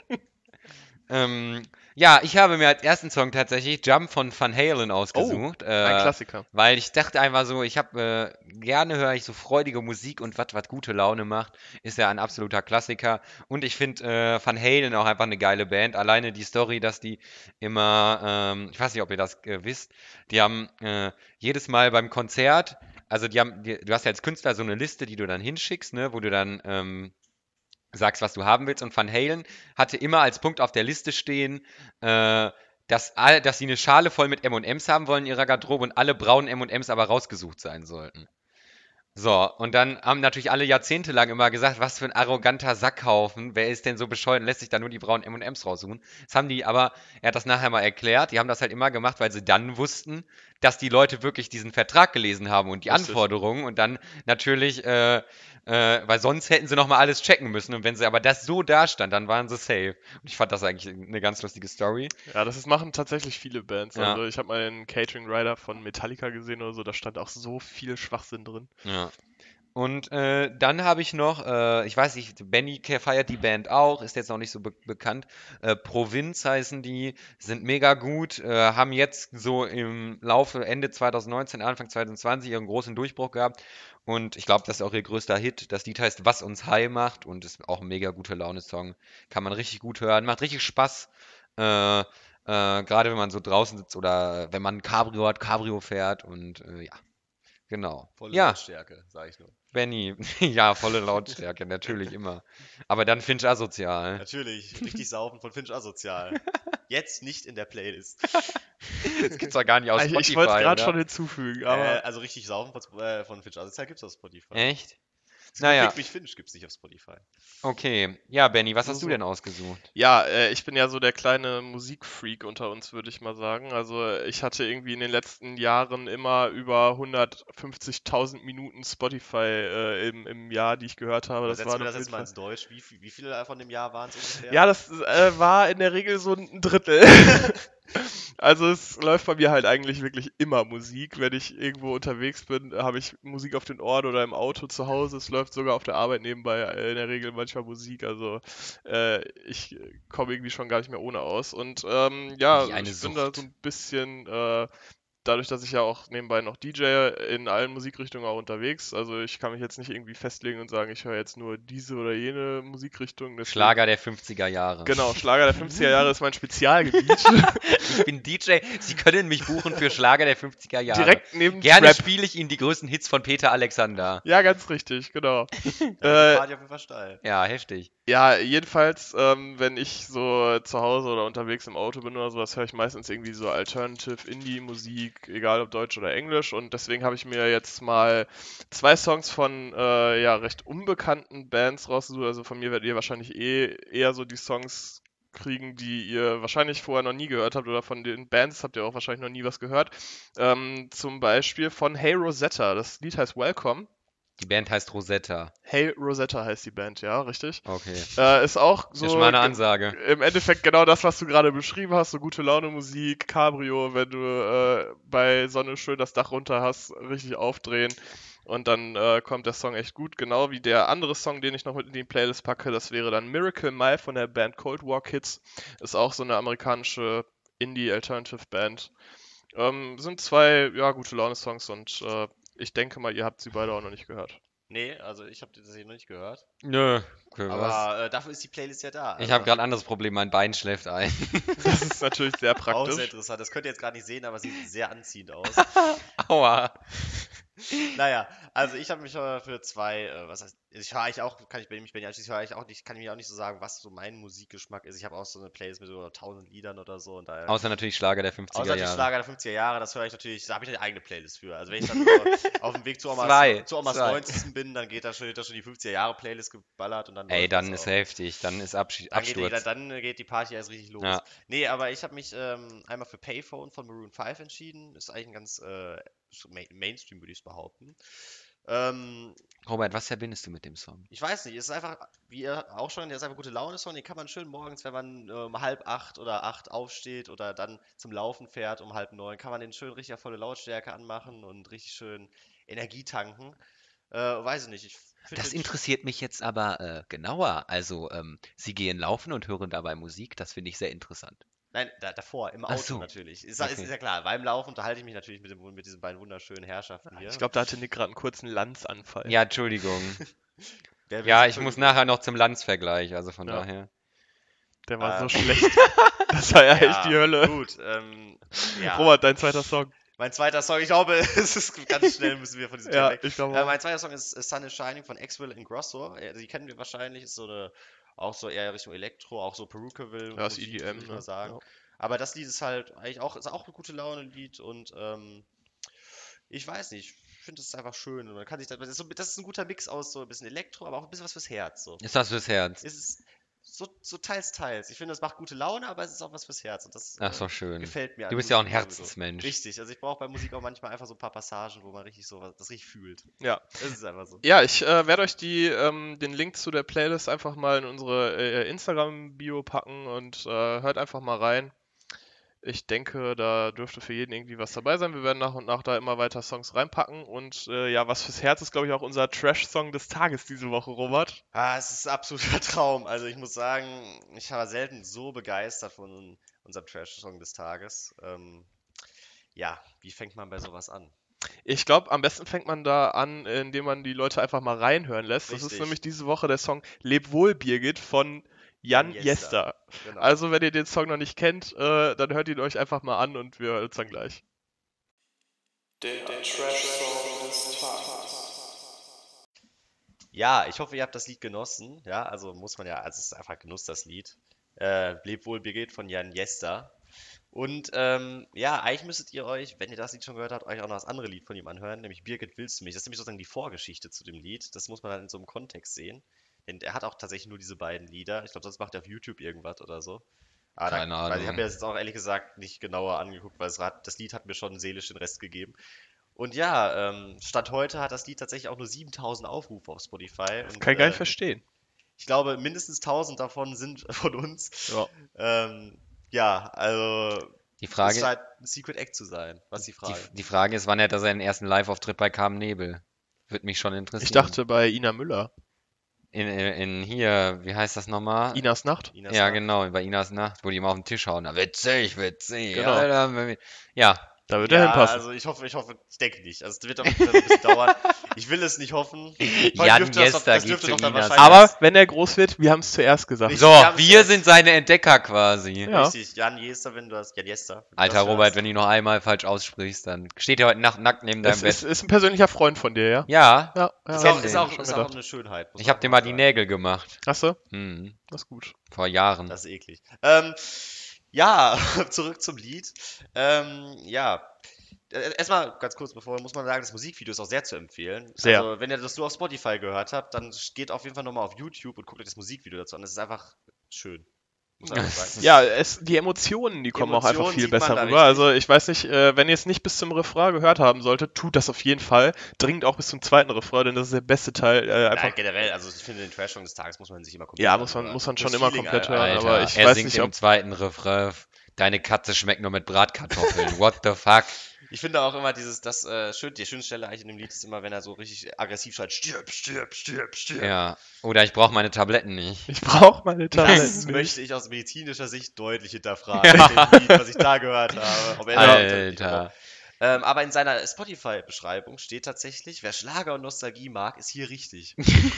ähm, ja, ich habe mir als ersten Song tatsächlich Jump von Van Halen ausgesucht. Ein äh, Klassiker. weil ich dachte einfach so, ich habe äh, gerne höre ich so freudige Musik und was was gute Laune macht, ist ja ein absoluter Klassiker. Und ich finde äh, Van Halen auch einfach eine geile Band. Alleine die Story, dass die immer, ähm, ich weiß nicht, ob ihr das äh, wisst, die haben äh, jedes Mal beim Konzert, also die haben, die, du hast ja als Künstler so eine Liste, die du dann hinschickst, ne, wo du dann ähm, sagst, was du haben willst. Und Van Halen hatte immer als Punkt auf der Liste stehen, äh, dass, all, dass sie eine Schale voll mit M und M's haben wollen in ihrer Garderobe und alle braunen M und M's aber rausgesucht sein sollten. So, und dann haben natürlich alle jahrzehntelang immer gesagt, was für ein arroganter Sackhaufen, wer ist denn so bescheuert und lässt sich da nur die braunen M und M's raussuchen. Das haben die aber, er hat das nachher mal erklärt, die haben das halt immer gemacht, weil sie dann wussten, dass die Leute wirklich diesen Vertrag gelesen haben und die Richtig. Anforderungen und dann natürlich, äh, äh, weil sonst hätten sie nochmal alles checken müssen und wenn sie aber das so da stand, dann waren sie safe. Und ich fand das eigentlich eine ganz lustige Story. Ja, das ist, machen tatsächlich viele Bands. Ja. Also ich habe mal einen Catering Rider von Metallica gesehen oder so, da stand auch so viel Schwachsinn drin. Ja. Und äh, dann habe ich noch, äh, ich weiß nicht, Benny ke- feiert die Band auch, ist jetzt noch nicht so be bekannt. Äh, Provinz heißen die, sind mega gut, äh, haben jetzt so im Laufe Ende zwanzig neunzehn, Anfang zwanzig zwanzig ihren großen Durchbruch gehabt. Und ich glaube, das ist auch ihr größter Hit. Das Lied heißt Was uns high macht und ist auch ein mega guter Laune-Song. Kann man richtig gut hören, macht richtig Spaß. Äh, äh, Gerade wenn man so draußen sitzt oder wenn man ein Cabrio hat, Cabrio fährt und äh, ja, genau. Volle Ja. Lautstärke, sag ich nur. Benny, ja, volle Lautstärke, natürlich immer. Aber dann Finch asozial. Natürlich, richtig saufen von Finch asozial. Jetzt nicht in der Playlist. Das gibt's doch gar nicht aus Ich, Spotify, ich wollte es gerade oder? schon hinzufügen, Äh, aber also richtig saufen von, äh, von Finch asozial gibt's auf Spotify. Echt? Es Naja. gibt mich Finch gibt's nicht auf Spotify. Okay. Ja, Benny, was So, hast du so. denn ausgesucht? ja, äh, ich bin ja so der kleine Musikfreak unter uns, würde ich mal sagen. Also äh, ich hatte irgendwie in den letzten Jahren immer über hundertfünfzigtausend Minuten Spotify äh, im, im Jahr, die ich gehört habe. Das Übersetzen war wir auf das jetzt jeden mal Fall. ins Deutsch. Wie, viel- wie viele von dem Jahr waren es ungefähr? Ja, das äh, war in der Regel so ein Drittel. Also es läuft bei mir halt eigentlich wirklich immer Musik. Wenn ich irgendwo unterwegs bin, habe ich Musik auf den Ohren oder im Auto zu Hause. Es läuft sogar auf der Arbeit nebenbei äh, in der Regel manchmal Musik. Also äh, ich komme irgendwie schon gar nicht mehr ohne aus. Und ähm, ja, Wie eine ich bin da Sucht. so ein bisschen, äh, dadurch, dass ich ja auch nebenbei noch D J in allen Musikrichtungen auch unterwegs. Also ich kann mich jetzt nicht irgendwie festlegen und sagen, ich höre jetzt nur diese oder jene Musikrichtung. Deswegen, Schlager der fünfziger Jahre. Genau, Schlager der fünfziger Jahre ist mein Spezialgebiet. Ich bin D J. Sie können mich buchen für Schlager der fünfziger Jahre. Direkt neben Gerne Trap. spiele ich Ihnen die größten Hits von Peter Alexander. Ja, ganz richtig, genau. Ja, die äh, Party auf jeden Fall steil. Ja, heftig. ja, jedenfalls, ähm, wenn ich so zu Hause oder unterwegs im Auto bin oder sowas, höre ich meistens irgendwie so Alternative Indie-Musik, egal ob Deutsch oder Englisch. Und deswegen habe ich mir jetzt mal zwei Songs von äh, ja, recht unbekannten Bands rausgesucht. Also von mir werdet ihr wahrscheinlich eh eher so die Songs kriegen, die ihr wahrscheinlich vorher noch nie gehört habt, oder von den Bands habt ihr auch wahrscheinlich noch nie was gehört. Ähm, zum Beispiel von Hey Rosetta. Das Lied heißt Welcome. Die Band heißt Rosetta. Hey Rosetta heißt die Band, ja, richtig. Okay. Äh, ist auch so Das ist mal eine ge- Ansage. im Endeffekt genau das, was du gerade beschrieben hast, so gute Laune Musik, Cabrio, wenn du äh, bei Sonne schön das Dach runter hast, richtig aufdrehen und dann äh, kommt der Song echt gut, genau wie der andere Song, den ich noch mit in die Playlist packe, das wäre dann Miracle Mile von der Band Cold War Kids, ist auch so eine amerikanische Indie-Alternative-Band. Ähm, sind zwei, ja, gute Laune-Songs und äh, ich denke mal, ihr habt sie beide auch noch nicht gehört. Nee, also ich habe das hier noch nicht gehört. Nö. Okay, was? Aber äh, dafür ist die Playlist ja da. Ich Also, habe gerade ein anderes Problem. Mein Bein schläft ein. Das ist natürlich sehr auch praktisch. sehr interessant. Das könnt ihr jetzt gerade nicht sehen, aber es sieht sehr anziehend aus. Aua. Naja, also ich habe mich äh, für zwei, äh, was heißt, ich höre eigentlich auch, kann ich bei mich bei dir anschließen, ich höre eigentlich auch nicht, kann ich mir auch nicht so sagen, was so mein Musikgeschmack ist. Ich habe auch so eine Playlist mit so tausend Liedern oder so und daher. Außer natürlich Schlager der fünfziger Außer die Jahre. Schlager der fünfziger Jahre, das höre ich natürlich, da habe ich eine eigene Playlist für. Also wenn ich dann so auf dem Weg zu Omas, Zwei, zu Omas zwei. neunzigsten bin, dann geht da schon, da schon die fünfziger Jahre Playlist geballert und dann Ey, läuft dann das ist auch. heftig. Dann ist Abschi Dann geht, die, Absturz. dann, dann geht die Party erst richtig los. Ja. Nee, aber ich habe mich ähm, einmal für Payphone von Maroon fünf entschieden. Ist eigentlich ein ganz äh, so Main Mainstream, würde ich es behaupten. Ähm, Robert, was verbindest du mit dem Song? ich weiß nicht, es ist einfach, wie ihr auch schon, der ist einfach gute Laune-Song, den kann man schön morgens, wenn man äh, um halb acht oder acht aufsteht oder dann zum Laufen fährt um halb neun, kann man den schön richtig auf volle Lautstärke anmachen und richtig schön Energie tanken. Äh, weiß ich nicht, ich finde Das den- interessiert mich jetzt aber äh, genauer. Also, ähm, Sie gehen laufen und hören dabei Musik. Das finde ich sehr interessant. Nein, da, davor, im Ach Auto so. natürlich. Ist, ist, Okay. ist ja klar, beim Laufen unterhalte ich mich natürlich mit, dem, mit diesen beiden wunderschönen Herrschaften hier. Ich glaube, da hatte Nick gerade einen kurzen Lanzanfall. Ja, Entschuldigung. Wer will Ja, sich ich muss entschuldigen? nachher noch zum Landsvergleich. Also von Ja. daher. Der war so Ähm, schlecht. Das war ja, echt Ja, die Hölle. Gut, ähm, ja. Robert, dein zweiter Song. Mein zweiter Song, ich glaube, es ist ganz schnell, müssen wir von diesem Thema Ja, weg. ich glaube Äh, auch. mein zweiter Song ist äh, Sun is Shining von Axwell Ingrosso. Äh, Die kennen wir wahrscheinlich, ist so eine, auch so eher Richtung Elektro, auch so Perukaville. Ja, ist Musik, E D M, würde ich ne? mal sagen. Ja. Aber das Lied ist halt eigentlich auch, ist auch ein gute Laune-Lied und ähm, ich weiß nicht, ich finde es einfach schön. Und man kann sich da, das, ist so, das ist ein guter Mix aus so ein bisschen Elektro, aber auch ein bisschen was fürs Herz. So. Ist das fürs Herz? Es ist so, so teils, teils. Ich finde, es macht gute Laune, aber es ist auch was fürs Herz. Und das Ach äh, so, schön. gefällt mir. Du an bist ja auch ein Musik sowieso. Herzensmensch. Richtig, also ich brauche bei Musik auch manchmal einfach so ein paar Passagen, wo man richtig so was, das richtig fühlt. Ja. Das ist einfach so. Ja, ich äh, werde euch die, ähm, den Link zu der Playlist einfach mal in unsere äh, Instagram-Bio packen und äh, hört einfach mal rein. Ich denke, da dürfte für jeden irgendwie was dabei sein. Wir werden nach und nach da immer weiter Songs reinpacken. Und äh, ja, was fürs Herz ist, glaube ich, auch unser Trash-Song des Tages diese Woche, Robert. Ah, es ist ein absoluter Traum. Also ich muss sagen, ich war selten so begeistert von unserem Trash-Song des Tages. Ähm, ja, wie fängt man bei sowas an? Ich glaube, am besten fängt man da an, indem man die Leute einfach mal reinhören lässt. Das ist Richtig. nämlich diese Woche der Song Leb wohl, Birgit von Jan Jan Jester. Jester. Genau. Also, wenn ihr den Song noch nicht kennt, äh, dann hört ihn euch einfach mal an und wir hören uns dann gleich. Der Trash-Song des Tages. Ja, ich hoffe, ihr habt das Lied genossen. Ja, also muss man ja, also es ist einfach Genuss, das Lied. Äh, Leb wohl, Birgit von Jan Jester. Und ähm, ja, eigentlich müsstet ihr euch, wenn ihr das Lied schon gehört habt, euch auch noch das andere Lied von ihm anhören, nämlich Birgit, willst du mich? Das ist nämlich sozusagen die Vorgeschichte zu dem Lied. Das muss man dann in so einem Kontext sehen. Denn er hat auch tatsächlich nur diese beiden Lieder. Ich glaube, sonst macht er auf YouTube irgendwas oder so. Ah, Keine da, weil ich Ahnung. habe mir das jetzt auch ehrlich gesagt nicht genauer angeguckt, weil es hat, das Lied hat mir schon seelisch den Rest gegeben. Und ja, ähm, Stand heute hat das Lied tatsächlich auch nur siebentausend Aufrufe auf Spotify. Das Und, kann ich gar äh, nicht verstehen. ich glaube, mindestens tausend davon sind von uns. Ja. Ähm, ja, also Die es Frage, scheint ein Secret Act zu sein. Was ist die die, Frage? die Frage ist, wann hat er seinen ersten Live-Auftritt bei Carmen Nebel? Würde mich schon interessieren. Ich dachte bei Ina Müller. In, in, in hier, wie heißt das nochmal? Inas Nacht? Inas Ja, Nacht. genau, bei Inas Nacht, wo die ihm auf den Tisch hauen. Na, witzig, witzig. Genau. Alter, ja, Da wird er Ja, hinpassen. also ich hoffe, ich hoffe, ich denke nicht. Also es wird auf jeden Fall ein bisschen dauern. Ich will es nicht hoffen. Vor allem Jan dürfte das doch- Jester das geht dürfte zu doch dann Inas. wahrscheinlich- Aber wenn er groß wird, wir haben es zuerst gesagt. Richtig. so, wir haben's wir erst- sind seine Entdecker quasi. Ja. Richtig, Jan Jester, wenn du das, Jan Jester. wenn du Alter das Robert, hörst. wenn du noch einmal falsch aussprichst, dann steht er heute Nacht nackt neben deinem Es Bett. ist, ist ein persönlicher Freund von dir, ja? Ja, Ja, ja. Ist kenn auch, den, ist auch, schon ist auch gedacht. eine Schönheit. muss ich man hab dir auch mal die sagen. Nägel gemacht. Hast du? Hm, Das ist gut. vor Jahren. Das ist eklig. Ähm, ja, zurück zum Lied. Ähm, ja. Äh, Erstmal ganz kurz bevor, muss man sagen, das Musikvideo ist auch sehr zu empfehlen. Sehr. Also, wenn ihr das nur auf Spotify gehört habt, dann geht auf jeden Fall nochmal auf YouTube und guckt euch das Musikvideo dazu an. Das ist einfach schön. Muss man einfach sagen. Ja, es, die Emotionen, die kommen auch einfach Emotionen viel sieht man besser da rüber. richtig. Also ich weiß nicht, äh, wenn ihr es nicht bis zum Refrain gehört haben solltet, tut das auf jeden Fall. Dringt auch bis zum zweiten Refrain, denn das ist der beste Teil. Äh, einfach, Nein, generell, also ich finde, den Trash-Song des Tages muss man sich immer komplett ja, hören, muss man, aber muss man das schon immer Feeling, komplett Alter. hören, Alter, aber ich er weiß singt nicht, im ob... zweiten Refrain, deine Katze schmeckt nur mit Bratkartoffeln. What the fuck? Ich finde auch immer dieses, das, äh, schön, die schönste Stelle eigentlich in dem Lied ist immer, wenn er so richtig aggressiv schreit, stirb, stirb, stirb, stirb. Ja. Oder ich brauche meine Tabletten nicht. Ich brauche meine Das Tabletten nicht. möchte ich aus medizinischer Sicht deutlich hinterfragen, mit dem Lied, was ich da gehört habe. Ob er Alter. Ähm, aber in seiner Spotify-Beschreibung steht tatsächlich, wer Schlager und Nostalgie mag, ist hier richtig.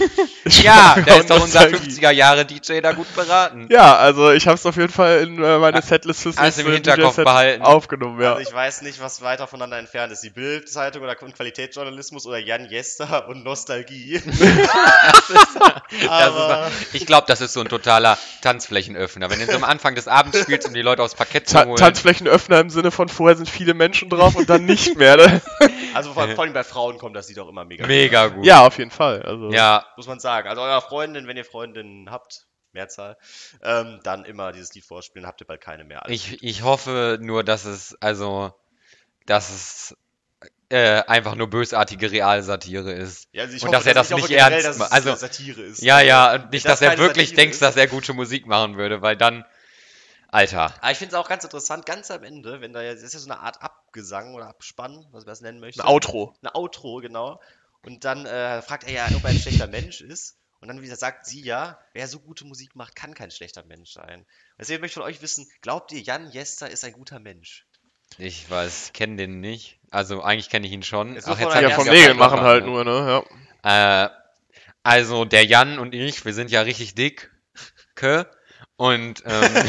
Ja, da ist doch unser Nostalgie. fünfziger-Jahre-D J da gut beraten. Ja, also ich habe es auf jeden Fall in äh, meine Setlist fürs Alles im nächste Hinterkopf D J-Set behalten. aufgenommen, ja. Also ich weiß nicht, was weiter voneinander entfernt ist. Die Bild-Zeitung oder und Qualitätsjournalismus oder Jan Jester und Nostalgie. Das ist, Aber ich glaube, das ist so ein totaler Tanzflächenöffner. Wenn du so am Anfang des Abends spielst, um die Leute aufs Parkett zu Ta holen. Tanzflächenöffner im Sinne von vorher sind viele Menschen drauf und dann nicht mehr. Ne? also vor, vor allem bei Frauen kommt das Lied auch immer mega. Mega gut. Ja, auf jeden Fall. Also, Ja, Muss man sagen. Also eurer Freundin, wenn ihr Freundinnen habt, Mehrzahl, ähm, dann immer dieses Lied vorspielen, habt ihr bald keine mehr. Alles ich, ich hoffe nur, dass es, also, dass es äh, einfach nur bösartige Realsatire ist. Ja, also ich Und hoffe, dass er das ich hoffe nicht generell, ernst dass es macht. Also, Satire ist. Ja, Also, ja, und nicht, wenn dass er keine wirklich Satire denkt, ist- dass er gute Musik machen würde, weil dann, Alter. Aber ich finde es auch ganz interessant, ganz am Ende, wenn da ja, das ist ja so eine Art Abgesang oder Abspann, was man das nennen möchte. ein Outro. Eine Outro, genau. Und dann äh, fragt er ja, ob er ein schlechter Mensch ist. Und dann wieder sagt sie ja, wer so gute Musik macht, kann kein schlechter Mensch sein. Deswegen möchte ich von euch wissen, glaubt ihr, Jan Jester ist ein guter Mensch? Ich weiß, ich kenne den nicht. Also, eigentlich kenne ich ihn schon. Jetzt Ach, muss man jetzt halt hab Ja, ich vom ja, wieder Nägel falsch machen halt verstanden, nur, ne? Ja. Äh, also der Jan und ich, wir sind ja richtig dick. Ke. Und, ähm,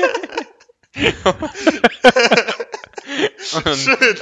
und Schön.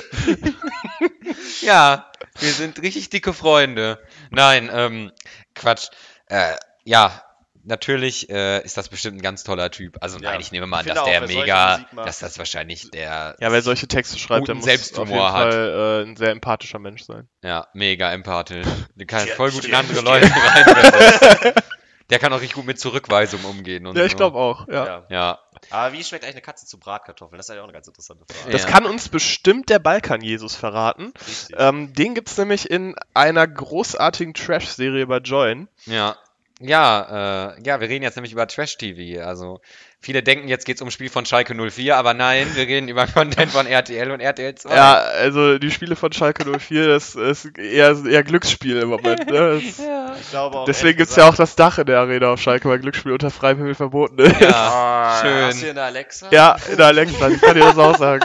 ja, wir sind richtig dicke Freunde. Nein, ähm, Quatsch. Äh, ja, natürlich äh, ist das bestimmt ein ganz toller Typ. Also Ja, nein, ich nehme mal an, ich dass finde der auch, wer solche mega, Musik macht- dass das wahrscheinlich der, Ja, wer solche Texte schreibt, der Guten muss auf jeden Selbsthumor hat. Fall äh, ein sehr empathischer Mensch sein. ja, mega empathisch. Der kann Stirb, voll gut in stirb, andere stirb. Leute reinversetzen. Der kann auch richtig gut mit Zurückweisung umgehen und Ja, ich so. glaube auch, ja. Ja. Ja, Aber wie schmeckt eigentlich eine Katze zu Bratkartoffeln? Das ist ja auch eine ganz interessante Frage. Das Ja. kann uns bestimmt der Balkan-Jesus verraten. Richtig. Ähm, den gibt's nämlich in einer großartigen Trash-Serie bei Join. ja. Ja, äh, ja, wir reden jetzt nämlich über Trash-T V. Also, viele denken, jetzt geht's um Spiel von Schalke null vier, aber nein, wir reden über Content von R T L und R T L zwei. Ja, also die Spiele von Schalke null vier, das ist eher, eher Glücksspiel im Moment. Ne? Das, Ja. Ich glaube auch, deswegen ehrlich gibt's ja gesagt- auch das Dach in der Arena auf Schalke, weil Glücksspiel unter freiem Himmel verboten ist. Ja, Hast du hier schön. eine Alexa? Ja, in der Alexa, ich kann dir das auch sagen.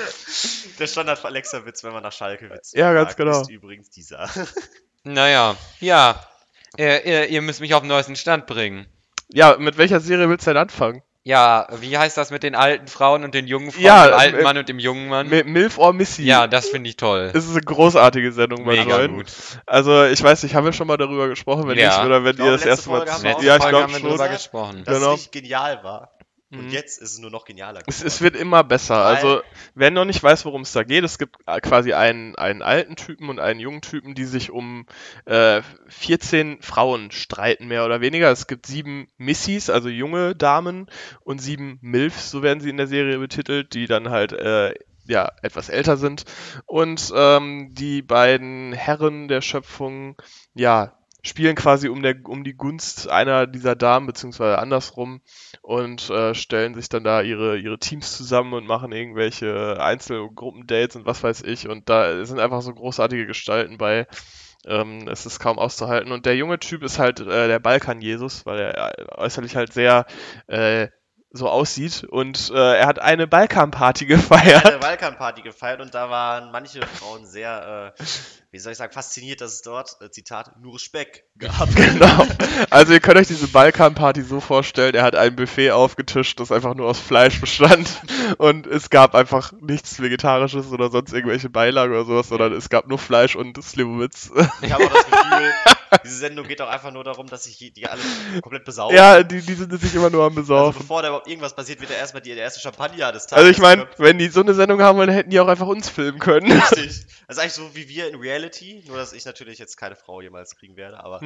Der Standard-Alexa-Witz, wenn man nach Schalke-Witz Ja, ganz fragt, genau. ist übrigens dieser. Naja, ja. Ihr, ihr, ihr müsst mich auf den neuesten Stand bringen. Ja, mit welcher Serie willst du denn anfangen? Ja, wie heißt das mit den alten Frauen und den jungen Frauen, Ja, dem alten äh, Mann und dem jungen Mann? Mi- Milf or Missy? Ja, das finde ich toll. Es ist eine großartige Sendung, mein Mega Freund. gut. Also, ich weiß nicht, haben wir schon mal darüber gesprochen, wenn Ja. nicht, oder wenn Ich ihr glaube, das letzte erste Mal... Folge haben wir Letzte Ja, ich Folge glaube haben wir schon. drüber gesprochen. Dass Genau. es nicht genial war. Und Mhm. jetzt ist es nur noch genialer Es, geworden. es wird immer besser. Weil- Also, wer noch nicht weiß, worum es da geht, es gibt äh, quasi einen, einen alten Typen und einen jungen Typen, die sich um äh, vierzehn Frauen streiten, mehr oder weniger. Es gibt sieben Missys, also junge Damen, und sieben Milfs, so werden sie in der Serie betitelt, die dann halt äh, ja, etwas älter sind. Und ähm, die beiden Herren der Schöpfung, ja, spielen quasi um, der, um die Gunst einer dieser Damen, beziehungsweise andersrum, und äh, stellen sich dann da ihre, ihre Teams zusammen und machen irgendwelche Einzel- und Gruppendates und was weiß ich. Und da sind einfach so großartige Gestalten bei. Ähm, es ist kaum auszuhalten. Und der junge Typ ist halt äh, der Balkan-Jesus, weil er äh, äußerlich halt sehr äh, so aussieht. Und äh, er hat eine Balkan-Party gefeiert. eine Balkan-Party gefeiert und da waren manche Frauen sehr, äh, wie soll ich sagen, fasziniert, dass es dort, äh, Zitat, nur Speck gab. Genau. Also ihr könnt euch diese Balkan-Party so vorstellen, er hat ein Buffet aufgetischt, das einfach nur aus Fleisch bestand und es gab einfach nichts Vegetarisches oder sonst irgendwelche Beilagen oder sowas, sondern es gab nur Fleisch und Slivovitz. Ich habe auch das Gefühl, diese Sendung geht auch einfach nur darum, dass sich die alle komplett besaufen. Ja, die, die sind sich immer nur am Also Besaufen. bevor da überhaupt irgendwas passiert, wird ja erstmal die, der erste Champagner des Tages. Also ich meine, geköpft. wenn die so eine Sendung haben wollen, hätten die auch einfach uns filmen können. Richtig. Das ist eigentlich so wie wir in Reality, nur dass ich natürlich jetzt keine Frau jemals kriegen werde, aber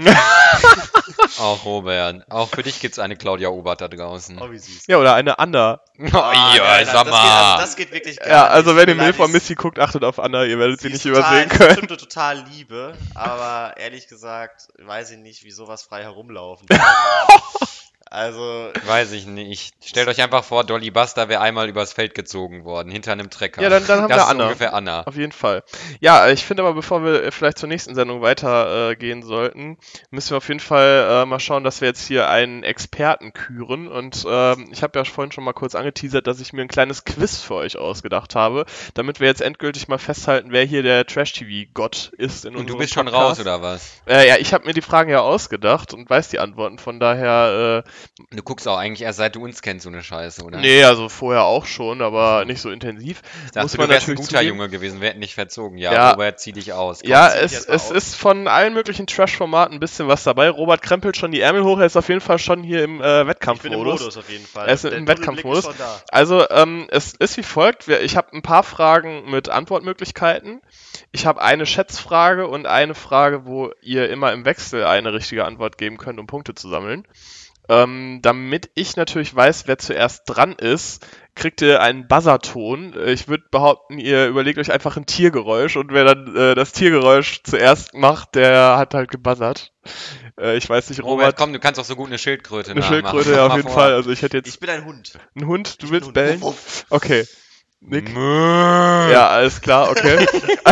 Auch Robert. Auch für dich gibt's eine Claudia Obert da draußen. oh, wie süß. Ja, oder eine Anna. Oh, Ah, ja, nein, sag das, mal. geht, also das geht wirklich gar Ja, also nicht. wenn ihr Tut mir leid, Milf or die ist- Missy guckt, achtet auf Anna, ihr werdet sie die nicht ist total, übersehen die ist können. bestimmt eine total Liebe, aber ehrlich gesagt, weiß ich nicht, wie sowas frei herumlaufen darf. Also, Weiß ich nicht. Stellt euch einfach vor, Dolly Buster wäre einmal übers Feld gezogen worden, hinter einem Trecker. Ja, dann, dann haben das wir ist Anna. ungefähr Anna. Auf jeden Fall. Ja, ich finde aber, bevor wir äh, vielleicht zur nächsten Sendung weitergehen äh, gehen sollten, müssen wir auf jeden Fall äh, mal schauen, dass wir jetzt hier einen Experten küren. Und ähm, ich habe ja vorhin schon mal kurz angeteasert, dass ich mir ein kleines Quiz für euch ausgedacht habe, damit wir jetzt endgültig mal festhalten, wer hier der Trash-T V-Gott ist in Und du unserem bist schon Podcast. raus, oder was? Äh, ja, ich habe mir die Fragen ja ausgedacht und weiß die Antworten. Von daher, äh, Du guckst auch eigentlich erst seit du uns kennst, so eine Scheiße, oder? nee, also vorher auch schon, aber nicht so intensiv. Ich dachte, muss du man wärst ein natürlich guter zugeben. Junge gewesen, wir hätten dich verzogen. Ja, Ja. Robert, zieh dich aus. Komm. Ja, zieh dich es, erst mal es aus. ist von allen möglichen Trash-Formaten ein bisschen was dabei. Robert krempelt schon die Ärmel hoch, er ist auf jeden Fall schon hier im äh, ich bin im Wettkampfmodus. Modus auf jeden Fall. Er ist Der im Tunnelblick Wettkampfmodus. ist schon da. Also, ähm, es ist wie folgt. Wir- Ich habe ein paar Fragen mit Antwortmöglichkeiten. Ich habe eine Schätzfrage und eine Frage, wo ihr immer im Wechsel eine richtige Antwort geben könnt, um Punkte zu sammeln. Ähm, damit ich natürlich weiß, wer zuerst dran ist, kriegt ihr einen Buzzerton. Äh, Ich würde behaupten, ihr überlegt euch einfach ein Tiergeräusch und wer dann äh, das Tiergeräusch zuerst macht, der hat halt gebuzzert. Äh, ich weiß nicht, Robert, Robert, komm, du kannst auch so gut eine Schildkröte eine nachmachen. Schildkröte, Mach ja, auf mal jeden vor. Fall. Also ich hätte jetzt Ich bin ein Hund. einen Hund, du Ich willst bin ein bellen? Hund. Wuff, wuff. Okay. Nick? Mö. Ja, alles klar, okay.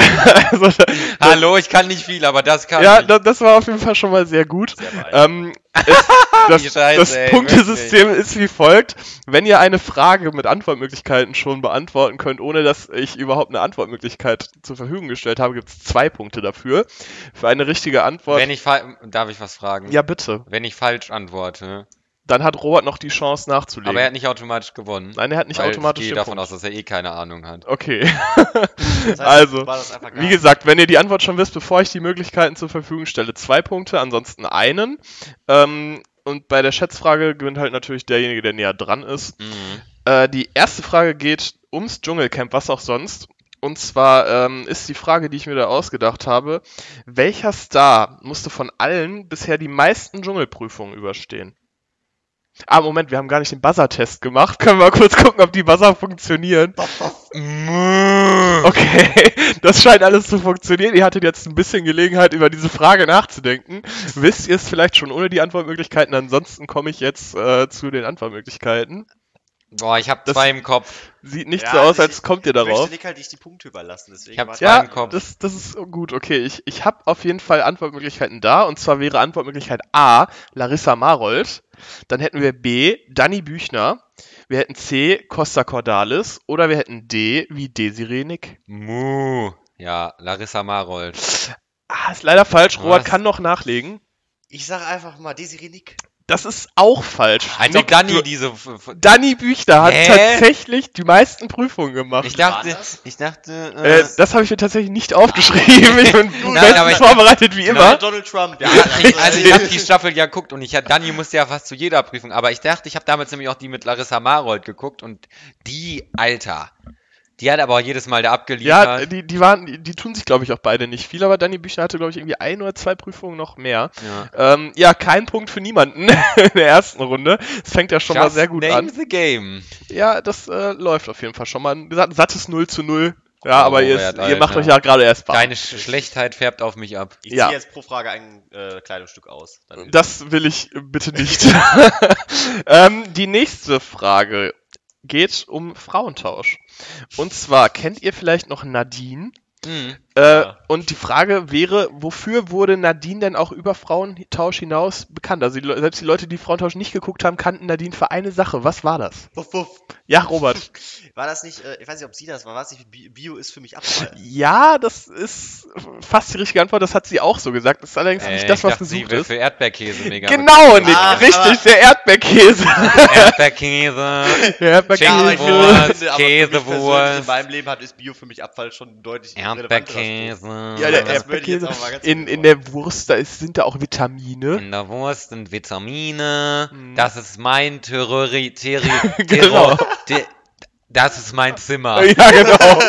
also, da- Hallo, ich kann nicht viel, aber das kann ja, ich. da, das war auf jeden Fall schon mal sehr gut. Sehr beeindruckend. Ähm, es, das Die Scheiße, das ey, Punktesystem ist wie folgt. Wenn ihr eine Frage mit Antwortmöglichkeiten schon beantworten könnt, ohne dass ich überhaupt eine Antwortmöglichkeit zur Verfügung gestellt habe, gibt es zwei Punkte dafür. Für eine richtige Antwort. Wenn ich fa- darf ich was fragen? Ja, bitte. Wenn ich falsch antworte. Dann hat Robert noch die Chance nachzulegen. Aber er hat nicht automatisch gewonnen. Nein, er hat nicht weil automatisch Ich gehe den davon Punkt. aus, dass er eh keine Ahnung hat. Okay. Das heißt, also, war das einfach gar wie gesagt, wenn ihr die Antwort schon wisst, bevor ich die Möglichkeiten zur Verfügung stelle, zwei Punkte, ansonsten einen. Ähm, und bei der Schätzfrage gewinnt halt natürlich derjenige, der näher dran ist. Mhm. Äh, die erste Frage geht ums Dschungelcamp, was auch sonst. Und zwar ähm, ist die Frage, die ich mir da ausgedacht habe, welcher Star musste von allen bisher die meisten Dschungelprüfungen überstehen? Ah, Moment, wir haben gar nicht den Buzzer-Test gemacht. Können wir mal kurz gucken, ob die Buzzer funktionieren? Mö. Okay, das scheint alles zu funktionieren. Ihr hattet jetzt ein bisschen Gelegenheit, über diese Frage nachzudenken. Wisst ihr es vielleicht schon ohne die Antwortmöglichkeiten? Ansonsten komme ich jetzt äh, zu den Antwortmöglichkeiten. Boah, ich habe Das- zwei im Kopf. Sieht nicht Ja, so aus, also als ich- kommt ihr Ich möchte darauf. Nick halt nicht die Punkte überlassen, deswegen Ich hab warte zwei Ja, im Kopf. das, das ist gut. Okay, ich, ich habe auf jeden Fall Antwortmöglichkeiten da. Und zwar wäre Antwortmöglichkeit A, Larissa Marold. Dann hätten wir B, Dani Büchner. Wir hätten C, Costa Cordalis. Oder wir hätten D, wie Desiree Nick. Mu. Ja, Larissa Marold. Ah, ist leider falsch. Robert Was? kann noch nachlegen. Ich sage einfach mal Desiree Nick. Das ist auch falsch. Als Nick, ob Dani du- diese. f- f- Dani Büchner hat Hä? tatsächlich die meisten Prüfungen gemacht. Ich dachte, War das? ich dachte. Äh, äh, das habe ich mir tatsächlich nicht aufgeschrieben. Ich bin Nein, bestens aber ich- vorbereitet wie Ja, immer. Donald Trump. Ja, also ich habe die Staffel ja geguckt und ich hatte Dani musste ja fast zu jeder Prüfung, aber ich dachte, ich habe damals nämlich auch die mit Larissa Marold geguckt und die, Alter, die hat aber auch jedes Mal da Ja, abgeliefert. die, die waren, die, die tun sich, glaube ich, auch beide nicht viel, aber Dani Büchner hatte, glaube ich, irgendwie ein oder zwei Prüfungen noch mehr. Ja. Ähm, ja, kein Punkt für niemanden in der ersten Runde. Das fängt ja schon mal Just sehr gut name an. the game. Ja, das äh, läuft auf jeden Fall schon mal. Ein sa- sattes null zu null. Ja, aber ihr, Robert, ihr macht Alter. euch ja gerade erst warm. Deine Sch Schlechtheit färbt auf mich ab. Ich Ja. ziehe jetzt pro Frage ein äh, Kleidungsstück aus. Dann Das will ich äh, bitte nicht. ähm, die nächste Frage geht um Frauentausch. Und zwar, kennt ihr vielleicht noch Nadine? Hm. Äh, Ja. Und die Frage wäre, wofür wurde Nadine denn auch über Frauentausch hinaus bekannt? Also die, Le- selbst die Leute, die Frauentausch nicht geguckt haben, kannten Nadine für eine Sache. Was war das? Wuff, wuff. Ja, Robert. War das nicht, äh, ich weiß nicht, ob sie das war, war es nicht, Bi- Bio ist für mich Abfall. Ja, das ist fast die richtige Antwort. Das hat sie auch so gesagt. Das ist allerdings Äh, nicht das, ich was dachte, sie gesucht will ist. für Erdbeerkäse mega Genau, bekannt. Nick. Ah, richtig, aber- der Erdbeerkäse. Erdbeerkäse. Der Erdbeerkäse. Ja, aber ich Käsewurst, finde, aber für mich persönlich Käsewurst. in meinem Leben hat ist Bio für mich Abfall schon deutlich relevanter. Erdbeerkäse. Ja, der Das würde ich jetzt Erdbeerkäse. auch mal ganz In, kurz in der Wurst, da ist, sind da auch Vitamine. In der Wurst sind Vitamine. Mhm. Das ist mein Terrori Terri Genau. Terror. Te das ist mein Zimmer. Ja, genau.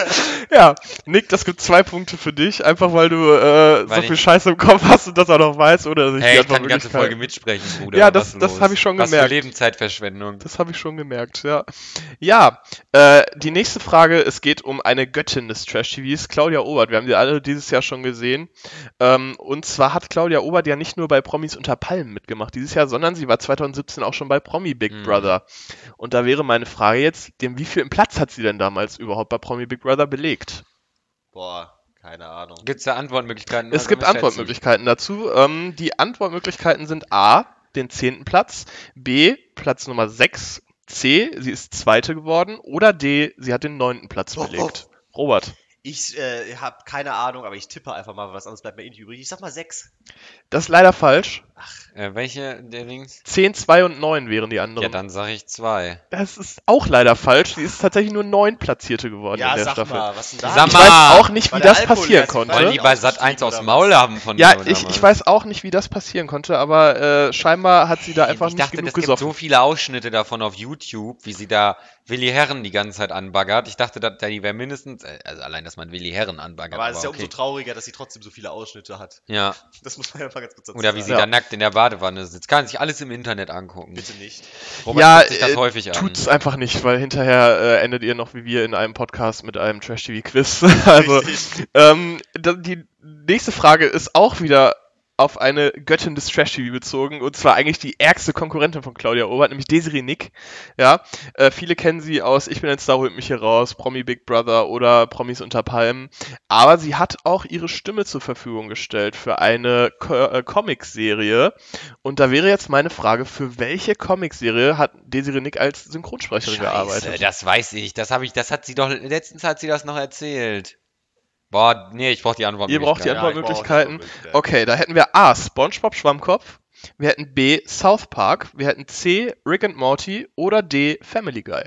Ja, Nick, das gibt zwei Punkte für dich, einfach weil du äh, Weil so viel ich- Scheiße im Kopf hast und das auch noch weißt, oder? dass ich Hey, die ich kann die ganze Antwortmöglichkeit- Folge mitsprechen, Bruder. Ja, Was das- ist das los? hab ich schon Was gemerkt. für Lebenszeitverschwendung. Das habe ich schon gemerkt, ja. Ja, äh, die nächste Frage, es geht um eine Göttin des Trash-T Vs, Claudia Obert. Wir haben die alle dieses Jahr schon gesehen. Ähm, und zwar hat Claudia Obert ja nicht nur bei Promis unter Palmen mitgemacht dieses Jahr, sondern sie war zwanzig siebzehn auch schon bei Promi Big Mhm. Brother. Und da wäre meine Frage jetzt, dem wievielten Platz hat sie denn damals überhaupt bei Promi Big Brother belegt? Boah, keine Ahnung. Gibt es da Antwortmöglichkeiten? Es Also gibt wir schätzen. Antwortmöglichkeiten dazu. Ähm, die Antwortmöglichkeiten sind A, den zehnten Platz, B, Platz Nummer sechs, C, sie ist Zweite geworden oder D, sie hat den neunten Platz Oh, belegt. Robert, Ich äh, habe keine Ahnung, aber ich tippe einfach mal, was anderes bleibt mir irgendwie übrig. Ich sag mal sechs. das ist leider falsch. Äh, welche der Links? zehn, zwei und neun wären die anderen. Ja, dann sage ich zwei. Das ist auch leider falsch. Sie ist tatsächlich nur neun Platzierte geworden Ja, in der sag Staffel. mal, was denn da? Sag Ich mal, weiß auch nicht, War wie der das Alkohol passieren erst konnte. Wollen die bei ausgestiegen Sat eins aufs oder Maul was? haben von Ja, mir, oder ich, was? ich weiß auch nicht, wie das passieren konnte, aber äh, scheinbar hat sie da einfach ich nicht dachte, genug es gibt gesoffen. so viele Ausschnitte davon auf YouTube, wie sie da Willi Herren die ganze Zeit anbaggert. Ich dachte, dass, die wäre mindestens, äh, also allein, dass man Willi Herren anbaggert. Aber es ist ja okay. umso trauriger, dass sie trotzdem so viele Ausschnitte hat. Ja, Das muss man ja mal ganz kurz dazu oder wie sie sagen. da nackt in der Badewanne sitzt. Kann sich alles im Internet angucken. Bitte nicht. Robert Ja, guckt sich das äh, häufig an. Tut's einfach nicht, weil hinterher äh, endet ihr noch wie wir in einem Podcast mit einem Trash-T V-Quiz. Also, Richtig. ähm, da- die nächste Frage ist auch wieder auf eine Göttin des Trash-T V bezogen, und zwar eigentlich die ärgste Konkurrentin von Claudia Obert, nämlich Desiree Nick. Ja, äh, viele kennen sie aus Ich bin ein Star, holt mich hier raus, Promi Big Brother oder Promis unter Palmen, aber sie hat auch ihre Stimme zur Verfügung gestellt für eine Co äh, Comicserie, und da wäre jetzt meine Frage, für welche Comicserie hat Desiree Nick als Synchronsprecherin Scheiße, gearbeitet? das weiß ich. Das habe ich, das hat sie doch, letztens hat sie das noch erzählt. Boah, nee, ich brauche die Antwort. Ihr braucht die Ja, ich brauche auch Antwortmöglichkeiten. Antwortmöglichkeiten. Okay, da hätten wir A, SpongeBob Schwammkopf, wir hätten B, South Park, wir hätten C, Rick and Morty oder D, Family Guy.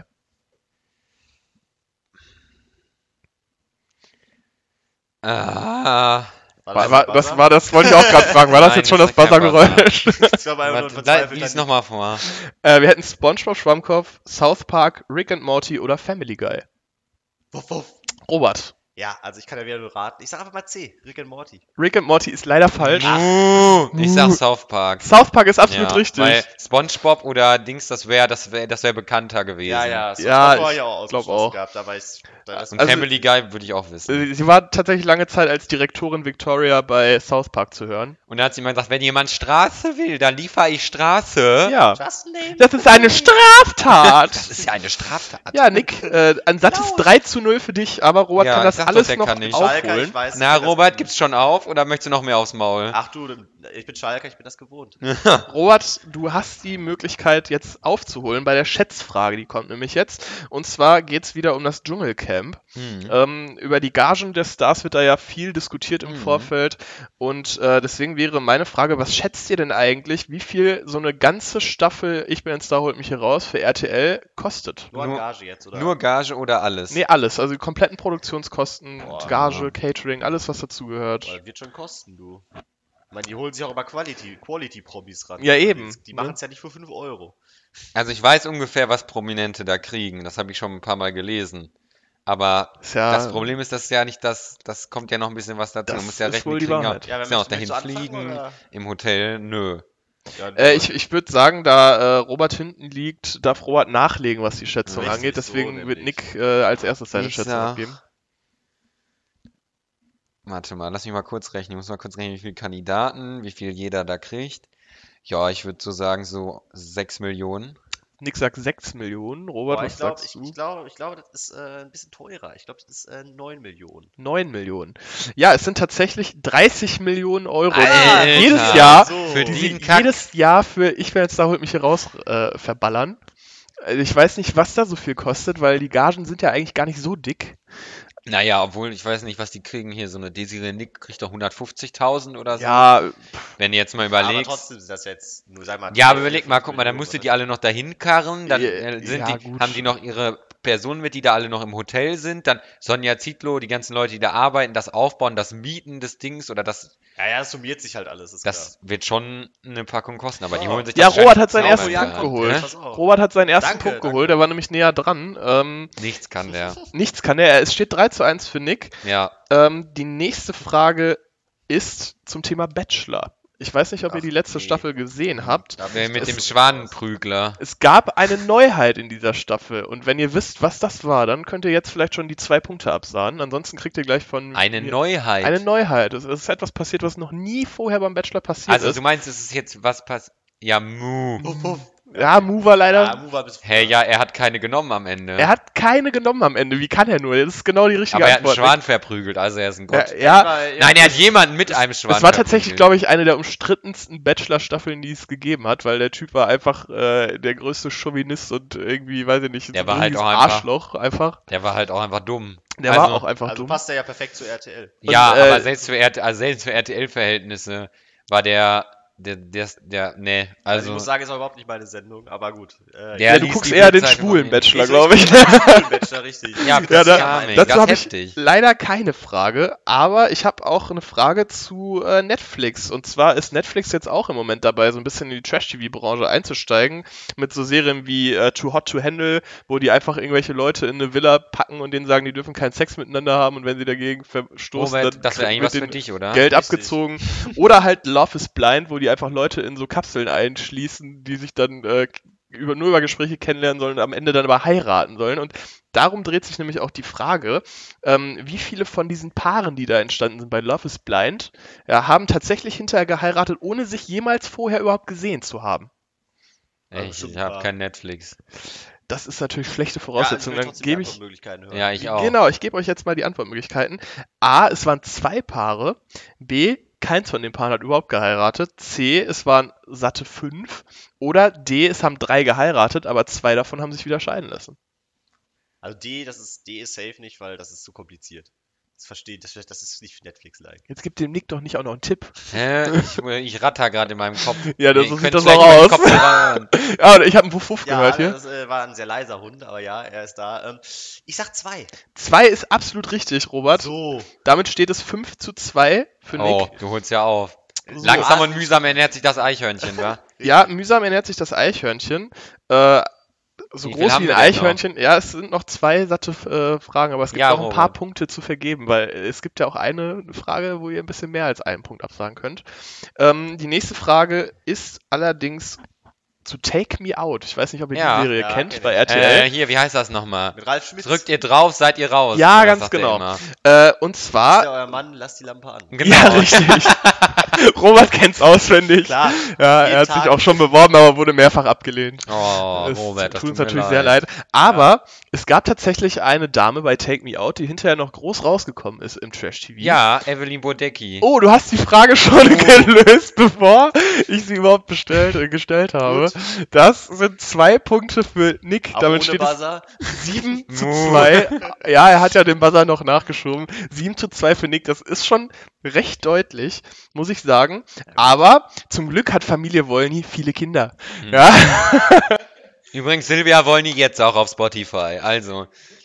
Ah, War, war, das war das, wollte ich auch gerade fragen, war das Nein, jetzt schon das das ist kein Buzzergeräusch? Ich glaube einfach nur ein warte, verzweifelter lies nochmal vor. äh, wir hätten SpongeBob Schwammkopf, South Park, Rick and Morty oder Family Guy. Wuff, wuff. Robert. Ja, also ich kann ja wieder nur raten. Ich sag einfach mal C, Rick and Morty. Rick and Morty ist leider falsch. Uh, ich sag South Park. South Park ist absolut Ja, richtig. Weil SpongeBob oder Dings, das wäre das wär, das wär bekannter gewesen. Ja, ja, so Ja, das war ich ja auch glaub ausgeschlossen auch. gehabt. Da weiß da ist Und Also- Family Guy würde ich auch wissen. Äh, Sie war tatsächlich lange Zeit als Direktorin Victoria bei South Park zu hören. Und dann hat sie immer gesagt, wenn jemand Straße will, dann liefere ich Straße. Ja. Justin Lane. Das ist eine Straftat! Das ist ja eine Straftat. Ja, Nick, äh, ein sattes drei zu null für dich, aber Robert Ja, kann ich das sag doch, alles der noch kann nicht. Schalker, aufholen. ich weiß. Na, ich bin Robert, das gibt's schon auf oder möchtest du noch mehr aufs Maul? Ach du, ich bin Schalker, ich bin das gewohnt. Robert, du hast die Möglichkeit jetzt aufzuholen bei der Schätzfrage, die kommt nämlich jetzt. Und zwar geht's wieder um das Dschungelcamp. Hm. Ähm, über die Gagen der Stars wird da ja viel diskutiert im Mhm. Vorfeld. Und äh, deswegen wäre meine Frage, was schätzt ihr denn eigentlich, wie viel so eine ganze Staffel Ich bin ein Star, holt mich hier raus für R T L kostet? Nur an Nur- Gage jetzt, oder? Nur Gage oder alles? Nee, alles. Also die kompletten Produktionskosten, Boah. Gage, Catering, alles, was dazugehört. Weil wird schon kosten, du. Ich meine, die holen sich auch immer Quality, Quality-Promis ran. Ja, eben, Die, die ne? machen es ja nicht für fünf Euro. Also ich weiß ungefähr, was Prominente da kriegen. Das habe ich schon ein paar Mal gelesen. Aber Ist ja, das Problem ist, dass ja nicht das, das kommt ja noch ein bisschen was dazu. Das Man muss ja ist rechnen, wohl die die kriegen ja, Wahrheit. Ja, wer müssen ja auch möchte- dahin möchtest du anfangen, fliegen. oder? Im Hotel, nö. Ja, Äh, ich ich würde sagen, da äh, Robert hinten liegt, darf Robert nachlegen, was die Schätzung Richtig, angeht. so Deswegen wird nämlich. Nick äh, als erstes seine Ich Schätzung sag- abgeben. Warte mal, lass mich mal kurz rechnen. Ich muss mal kurz rechnen, wie viele Kandidaten, wie viel jeder da kriegt. Ja, ich würde so sagen, so sechs Millionen. Nick sagt sechs Millionen. Robert, Boah, was ich glaube, sagst ich, du? ich glaube, ich glaube, das ist äh, ein bisschen teurer. Ich glaube, das ist äh, neun Millionen. neun Millionen. Ja, es sind tatsächlich dreißig Millionen Euro, Alter, die jedes Jahr, so. Für die den sie Kack. jedes Jahr für Ich werde jetzt da holt mich hier raus äh, verballern. Also ich weiß nicht, was da so viel kostet, weil die Gagen sind ja eigentlich gar nicht so dick. Naja, obwohl, ich weiß nicht, was die kriegen hier. So eine Desiree Nick kriegt doch hundertfünfzigtausend oder so. Ja, Wenn du jetzt mal Aber überlegst. trotzdem sind das jetzt nur, sag mal, Ja, aber drei, überleg vier, mal, fünf guck mal, dann Millionen musst du oder die alle noch dahin karren, dann Ja, äh, sind ja, die, gut. haben die noch ihre Personen mit, die da alle noch im Hotel sind, dann Sonja Zietlow, die ganzen Leute, die da arbeiten, das Aufbauen, das Mieten des Dings oder das, Ja, ja, es summiert sich halt alles. Ist das wird schon eine Packung kosten, aber die Ja. holen sich ja, das Robert hat wahrscheinlich seinen sauber ersten in Punkt die geholt. Hand, Pass auf. Robert hat seinen ersten Danke, Punkt danke. geholt, der war nämlich näher dran. Ähm, ne? Nichts kann der. nichts kann er. Es steht drei zu eins für Nick. Ja, Ähm, die nächste Frage ist zum Thema Bachelor. Ich weiß nicht, ob ihr Ach, die letzte nee. Staffel gesehen habt. Da bin wer ich mit nicht dem so Schwanenprügler. Es gab eine Neuheit in dieser Staffel und wenn ihr wisst, was das war, dann könnt ihr jetzt vielleicht schon die zwei Punkte absahnen. Ansonsten kriegt ihr gleich von Eine mir Neuheit. eine Neuheit. Es es ist etwas passiert, was noch nie vorher beim Bachelor passiert Also ist. du meinst, es ist jetzt was passiert? Ja, mu. Puff, puff. Ja, Mu war leider. Ja, Mu war bis Hä, ja, er hat keine genommen am Ende. Er hat keine genommen am Ende. Wie kann er nur? Das ist genau die richtige aber er hat einen Antwort. Schwan verprügelt, also er ist ein Gott. Ja, ja, Nein, er hat jemanden mit einem Schwan es war tatsächlich, verprügelt. glaube ich, eine der umstrittensten Bachelor-Staffeln, die es gegeben hat, weil der Typ war einfach äh, der größte Chauvinist und irgendwie, weiß ich nicht, Der so war ein halt riesiges auch einfach- Arschloch einfach. Der war halt auch einfach dumm. Der Also- war auch einfach Also dumm. passt der ja perfekt zu R T L. Ja, Und, äh, aber selbst für, R T also selbst für R T L-Verhältnisse war der, der, der, der, nee, Also, also, ich muss sagen, ist auch überhaupt nicht meine Sendung, aber gut. Äh, Der- Ja, er du liest guckst die eher den Bildzeitung schwulen auf jeden Bachelor, ich- glaube ich. ich- ich- Bachelor, richtig. ja, Ja, das da- Charming, dazu das habe ist ich heftig. leider keine Frage, aber ich habe auch eine Frage zu äh, Netflix. Und zwar ist Netflix jetzt auch im Moment dabei, so ein bisschen in die Trash-T V-Branche einzusteigen, mit so Serien wie äh, Too Hot to Handle, wo die einfach irgendwelche Leute in eine Villa packen und denen sagen, die dürfen keinen Sex miteinander haben und wenn sie dagegen verstoßen, Robert, dann das wäre eigentlich wird was für denen dich, oder? Geld Richtig. abgezogen. Oder halt Love is Blind, wo die einfach Leute in so Kapseln einschließen, die sich dann äh, über, nur über Gespräche kennenlernen sollen und am Ende dann aber heiraten sollen. Und darum dreht sich nämlich auch die Frage, ähm, wie viele von diesen Paaren, die da entstanden sind bei Love is Blind, ja, haben tatsächlich hinterher geheiratet, ohne sich jemals vorher überhaupt gesehen zu haben. Ey, Ja, ich bestimmt habe wahr. kein Netflix. Das ist natürlich schlechte Ja, also Voraussetzung. ich will Dann trotzdem gebe die ich Antwortmöglichkeiten hören. Ja, ich auch. Genau, ich gebe euch jetzt mal die Antwortmöglichkeiten. A, es waren zwei Paare. B, keins von den Paaren hat überhaupt geheiratet. C, es waren satte fünf. Oder D, es haben drei geheiratet, aber zwei davon haben sich wieder scheiden lassen. Also D, das ist D ist safe nicht, weil das ist zu kompliziert. Das versteht, das, das ist nicht Netflix-like. Jetzt gibt dem Nick doch nicht auch noch einen Tipp. Hä? Ich, ich ratter gerade in meinem Kopf. Ja, das Ich sieht könnte das vielleicht auch meinen aus. Kopfhörer hören. Ja, und ich habe einen Wuff-Wuff Ja, gehört hier. das äh, war ein sehr leiser Hund, aber ja, er ist da. Ähm, ich sag zwei. Zwei ist absolut richtig, Robert. So. Damit steht es fünf zu zwei für Nick. Oh, du holst ja auf. So. Langsam und mühsam ernährt sich das Eichhörnchen, wa? Ja, mühsam ernährt sich das Eichhörnchen. Äh, so Wie viel groß haben wie wir ein denn noch? Eichhörnchen. Ja, es sind noch zwei satte äh, Fragen, aber es gibt Ja, noch ein paar Robert. Punkte zu vergeben, weil es gibt ja auch eine Frage, wo ihr ein bisschen mehr als einen Punkt absagen könnt. Ähm, die nächste Frage ist allerdings zu Take Me Out. Ich weiß nicht, ob ihr Ja. die Serie Ja, kennt kenn bei ich. R T L. Äh, hier, wie heißt das nochmal? Mit Ralf Schmitz. Drückt ihr drauf, seid ihr raus. Ja, Oder ganz sagt er genau. immer. Äh, und Ist zwar. ja euer Mann, lasst die Lampe an. Genau. Ja, richtig. Robert kennt's auswendig. Klar. Ja, jeden er hat Tag. sich auch schon beworben, aber wurde mehrfach abgelehnt. Oh, Es Robert, das tut uns tut mir natürlich sehr leid. Aber es gab tatsächlich eine Dame bei Take Me Out, die hinterher noch groß rausgekommen ist im Trash-T V. Ja, Evelyn Bodecki. Oh, du hast die Frage schon gelöst, bevor ich sie überhaupt bestellt, äh, gestellt habe. Das sind zwei Punkte für Nick. Auch Damit ohne steht es Buzzer. sieben zu Mu. zwei. Ja, er hat ja den Buzzer noch nachgeschoben. sieben zu zwei für Nick. Das ist schon recht deutlich, muss ich sagen. Aber zum Glück hat Familie Wolny viele Kinder. Hm. Ja. Übrigens, Silvia wollen die jetzt auch auf Spotify. Also,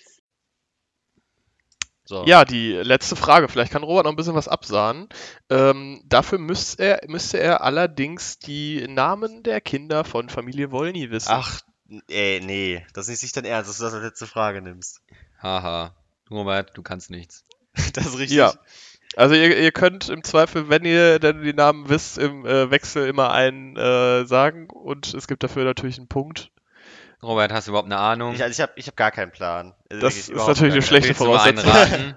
So. Ja, die letzte Frage. Vielleicht kann Robert noch ein bisschen was absahnen. Ähm, dafür müsste er, müsste er allerdings die Namen der Kinder von Familie Wolny wissen. Ach, ey, nee. Das ist nicht dein Ernst, dass du das als letzte Frage nimmst. haha. Robert, du kannst nichts. Das ist richtig. Ja. Also ihr, ihr könnt im Zweifel, wenn ihr denn die Namen wisst, im äh, Wechsel immer einen äh, sagen und es gibt dafür natürlich einen Punkt. Robert, hast du überhaupt eine Ahnung? Ich, also ich habe ich hab gar keinen Plan. Also Das wirklich ist überhaupt natürlich eine gar schlechte Willst du mal einen Voraussetzung. raten?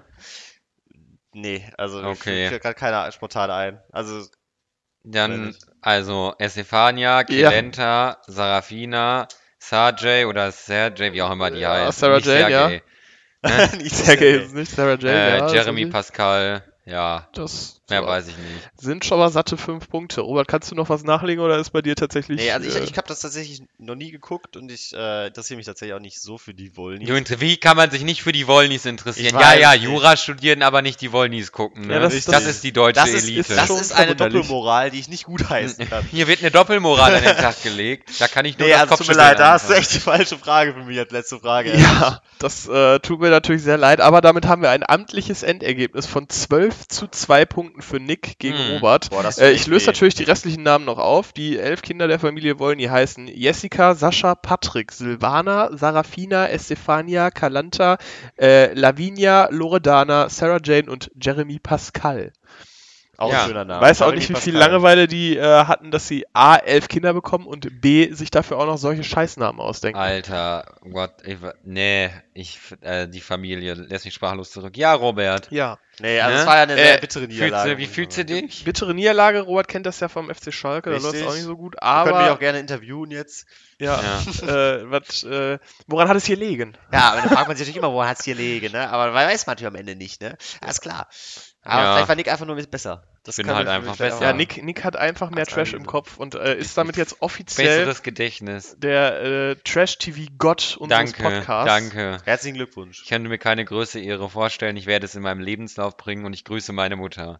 Nee, also Okay. mir fällt gerade keiner spontan ein. Also, Dann, Weiß also, Estefania, Ja. Kelenta, Sarafina, Sergej oder Sergej, wie auch immer die Ja, heißt. Sarah Nicht Jane, ja. Sergej. Ne? nicht Sergej Sergej. ist nicht, Sarah Jane, Äh, ja. ist Jeremy richtig. Pascal, ja, Das mehr so, weiß ich nicht. sind schon mal satte fünf Punkte. Robert, kannst du noch was nachlegen oder ist bei dir tatsächlich... Nee, also ich, äh, ich habe das tatsächlich noch nie geguckt und ich äh, interessiere mich tatsächlich auch nicht so für die Wollnys. Junge, wie kann man sich nicht für die Wollnys interessieren? Ich Ja, weiß ja, nicht. Jura studieren, aber nicht die Wollnys gucken. Ne? Ja, das, das- das- ist die deutsche das ist, Elite. das schon ist eine verwunderlich. Doppelmoral, die ich nicht gutheißen kann. Hier wird eine Doppelmoral an den Tag gelegt. Da kann ich nur Nee, das also tut mir Kopfschütteln leid, da hast du anfangen. echt die falsche Frage für mich als letzte Frage. Ja, das äh, tut mir natürlich sehr leid, aber damit haben wir ein amtliches Endergebnis von zwölf zu zwei Punkten für Nick gegen Hm. Robert. Boah, das Äh, tut ich echt löse weh. natürlich die restlichen Namen noch auf. Die elf Kinder der Familie Wolny heißen Jessica, Sascha, Patrick, Silvana, Sarafina, Estefania, Kalanta, äh, Lavinia, Loredana, Sarah Jane und Jeremy Pascal. Auch Ja. ein schöner Name. Weiß auch Jeremy nicht, wie viel Pascal. Langeweile die äh, hatten, dass sie A, elf Kinder bekommen und B, sich dafür auch noch solche Scheißnamen ausdenken. Alter, Gott, ich, wa- nee, ich, äh, die Familie lässt mich sprachlos zurück. Ja, Robert. Ja. Nee, also Ne? es war ja eine Äh, sehr bittere Fühlst Niederlage. du, wie muss ich fühlst du sagen. dich? Bittere Niederlage, Robert kennt das ja vom F C Schalke, da läuft es Richtig. auch nicht so gut, Ihr könnt mich aber auch gerne interviewen jetzt. ja, äh, wat, äh, woran hat es hier liegen? Ja, aber dann fragt man sich natürlich immer, wo hat es hier liegen, ne? Aber weiß man natürlich am Ende nicht, ne? Alles klar. Aber Ja. vielleicht war Nick einfach nur ein bisschen besser. Das bin kann halt mir einfach vielleicht besser. Ja, auch- Nick, Nick hat einfach mehr Hat's Trash angenommen. im Kopf und äh, ist damit jetzt offiziell Besseres Gedächtnis. der äh, Trash-T V-Gott unseres Danke, Podcasts. danke. Herzlichen Glückwunsch. Ich könnte mir keine größere Ehre vorstellen. Ich werde es in meinem Lebenslauf bringen und ich grüße meine Mutter.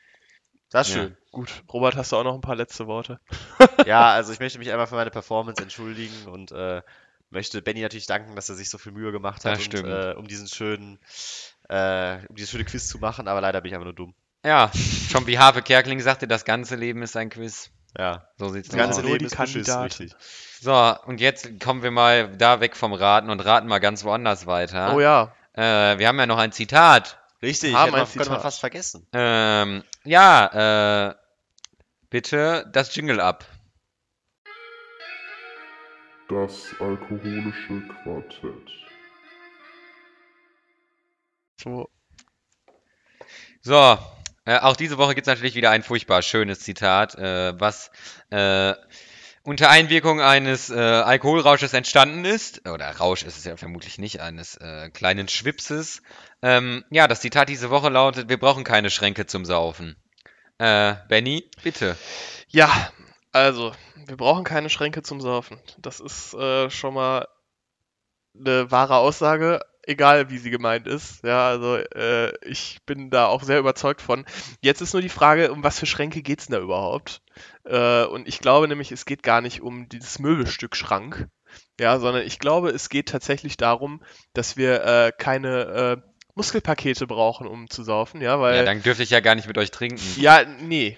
Das ist Ja. schön. Gut, Robert, hast du auch noch ein paar letzte Worte? Ja, also ich möchte mich einmal für meine Performance entschuldigen und äh, möchte Benny natürlich danken, dass er sich so viel Mühe gemacht hat, Das und, stimmt. äh, um diesen schönen, äh, um dieses schöne Quiz zu machen, aber leider bin ich einfach nur dumm. Ja, schon wie Harpe Kerkeling sagte, das ganze Leben ist ein Quiz. Ja, So sieht's das ganze aus. nur Leben die ist beschissen, Kandidaten. richtig. So, und jetzt kommen wir mal da weg vom Raten und raten mal ganz woanders weiter. Oh ja. Äh, wir haben ja noch ein Zitat. Richtig, Haben hätte ein man, könnte man Zitat. fast vergessen. Ähm, ja, äh, bitte das Jingle ab. Das alkoholische Quartett. So. So, äh, auch diese Woche gibt es natürlich wieder ein furchtbar schönes Zitat, äh, was äh, unter Einwirkung eines äh, Alkoholrausches entstanden ist. Oder Rausch ist es ja vermutlich nicht, eines äh, kleinen Schwipses. Ähm, ja, das Zitat diese Woche lautet: Wir brauchen keine Schränke zum Saufen. Äh, Benny, bitte. Ja, also, wir brauchen keine Schränke zum Saufen. Das ist äh, schon mal eine wahre Aussage, egal wie sie gemeint ist. Ja, also äh, ich bin da auch sehr überzeugt von. Jetzt ist nur die Frage, um was für Schränke geht's denn da überhaupt? Äh, und ich glaube nämlich, es geht gar nicht um dieses Möbelstück Schrank, ja, sondern ich glaube, es geht tatsächlich darum, dass wir äh, keine äh, Muskelpakete brauchen, um zu saufen, ja, weil... Ja, dann dürfte ich ja gar nicht mit euch trinken. Ja, nee.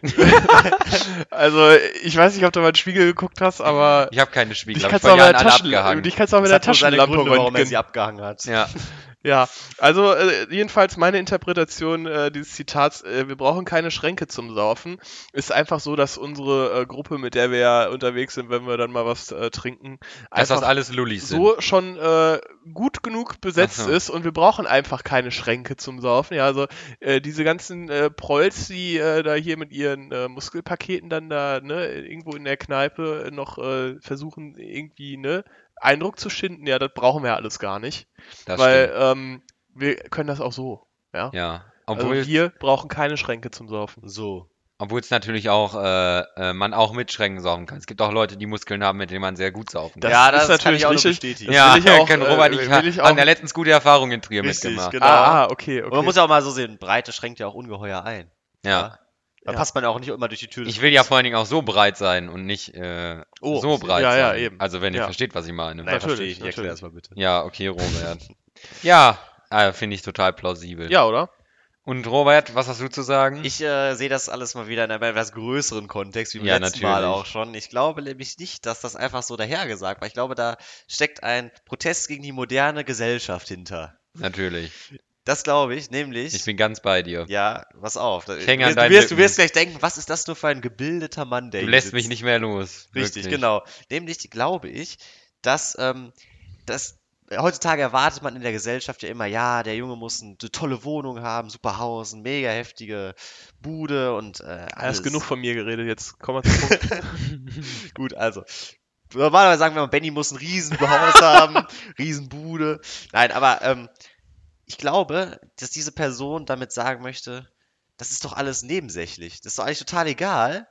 Also, ich weiß nicht, ob du mal in den Spiegel geguckt hast, aber Ich habe keine Spiegel, dich hab ich kannst du vor auch mit Jahren der alle Taschen, abgehangen. dich kannst du auch mit Das der hat wohl seine Taschenlampe Gründe, warum er röntgen. sie abgehangen hat. Ja, Ja, also äh, jedenfalls meine Interpretation äh, dieses Zitats, äh, wir brauchen keine Schränke zum Saufen, ist einfach so, dass unsere äh, Gruppe, mit der wir ja unterwegs sind, wenn wir dann mal was äh, trinken, dass das einfach alles Lullis sind. so schon äh, gut genug besetzt Ach so. ist und wir brauchen einfach keine Schränke zum Saufen. Ja, also äh, diese ganzen äh, Prolls, die äh, da hier mit ihren äh, Muskelpaketen dann da ne, irgendwo in der Kneipe noch äh, versuchen irgendwie ne Eindruck zu schinden, ja, das brauchen wir ja alles gar nicht, Das weil stimmt. ähm, wir können das auch so. Ja. Ja, Also obwohl, wir brauchen keine Schränke zum Saufen. So. obwohl es natürlich auch, äh, äh, man auch mit Schränken saufen kann. Es gibt auch Leute, die Muskeln haben, mit denen man sehr gut saufen kann. Das Ja, ist das kann natürlich ich auch nur richtig. bestätigen. Das ja, will ich auch, kann äh, Robert, ich, will ich haben ja auch- letztens gute Erfahrungen in Trier Richtig, mitgemacht. genau. Ah, ah, okay, Und okay. man muss ja auch mal so sehen, Breite schränkt ja auch ungeheuer ein. Ja. Da Ja. passt man ja auch nicht immer durch die Tür. des Ich will ja vor allen Dingen auch so breit sein und nicht äh, Oh, so breit ja, ja, sein. eben. Also wenn ihr Ja. versteht, was ich meine. Nein, Natürlich, verstehe ich. nicht. Erklär natürlich. das mal bitte. Ja, okay, Robert. Ja, äh, finde ich total plausibel. Ja, oder? Und Robert, was hast du zu sagen? Ich äh, sehe das alles mal wieder in einem etwas größeren Kontext, wie beim Ja, letzten Mal natürlich. auch schon. Ich glaube nämlich nicht, dass das einfach so dahergesagt war. Ich glaube, da steckt ein Protest gegen die moderne Gesellschaft hinter. Natürlich. Das glaube ich, nämlich. Ich bin ganz bei dir. Ja, pass auf. Ich hänge du, an wirst, du, deinen wirst, du Lippen. wirst gleich denken, was ist das nur für ein gebildeter Mann, der Du hier lässt sitzt? mich nicht mehr los. Richtig, Wirklich. genau. Nämlich glaube ich, dass, ähm, dass heutzutage erwartet man in der Gesellschaft ja immer, ja, der Junge muss eine tolle Wohnung haben, super Haus, eine mega heftige Bude und äh, Er alles. ist genug von mir geredet, jetzt kommen wir zum Punkt. Gut, also. Normalerweise sagen wir mal, Benny muss ein Riesenhaus haben, Riesenbude. Nein, aber ähm, ich glaube, dass diese Person damit sagen möchte, das ist doch alles nebensächlich. Das ist doch eigentlich total egal,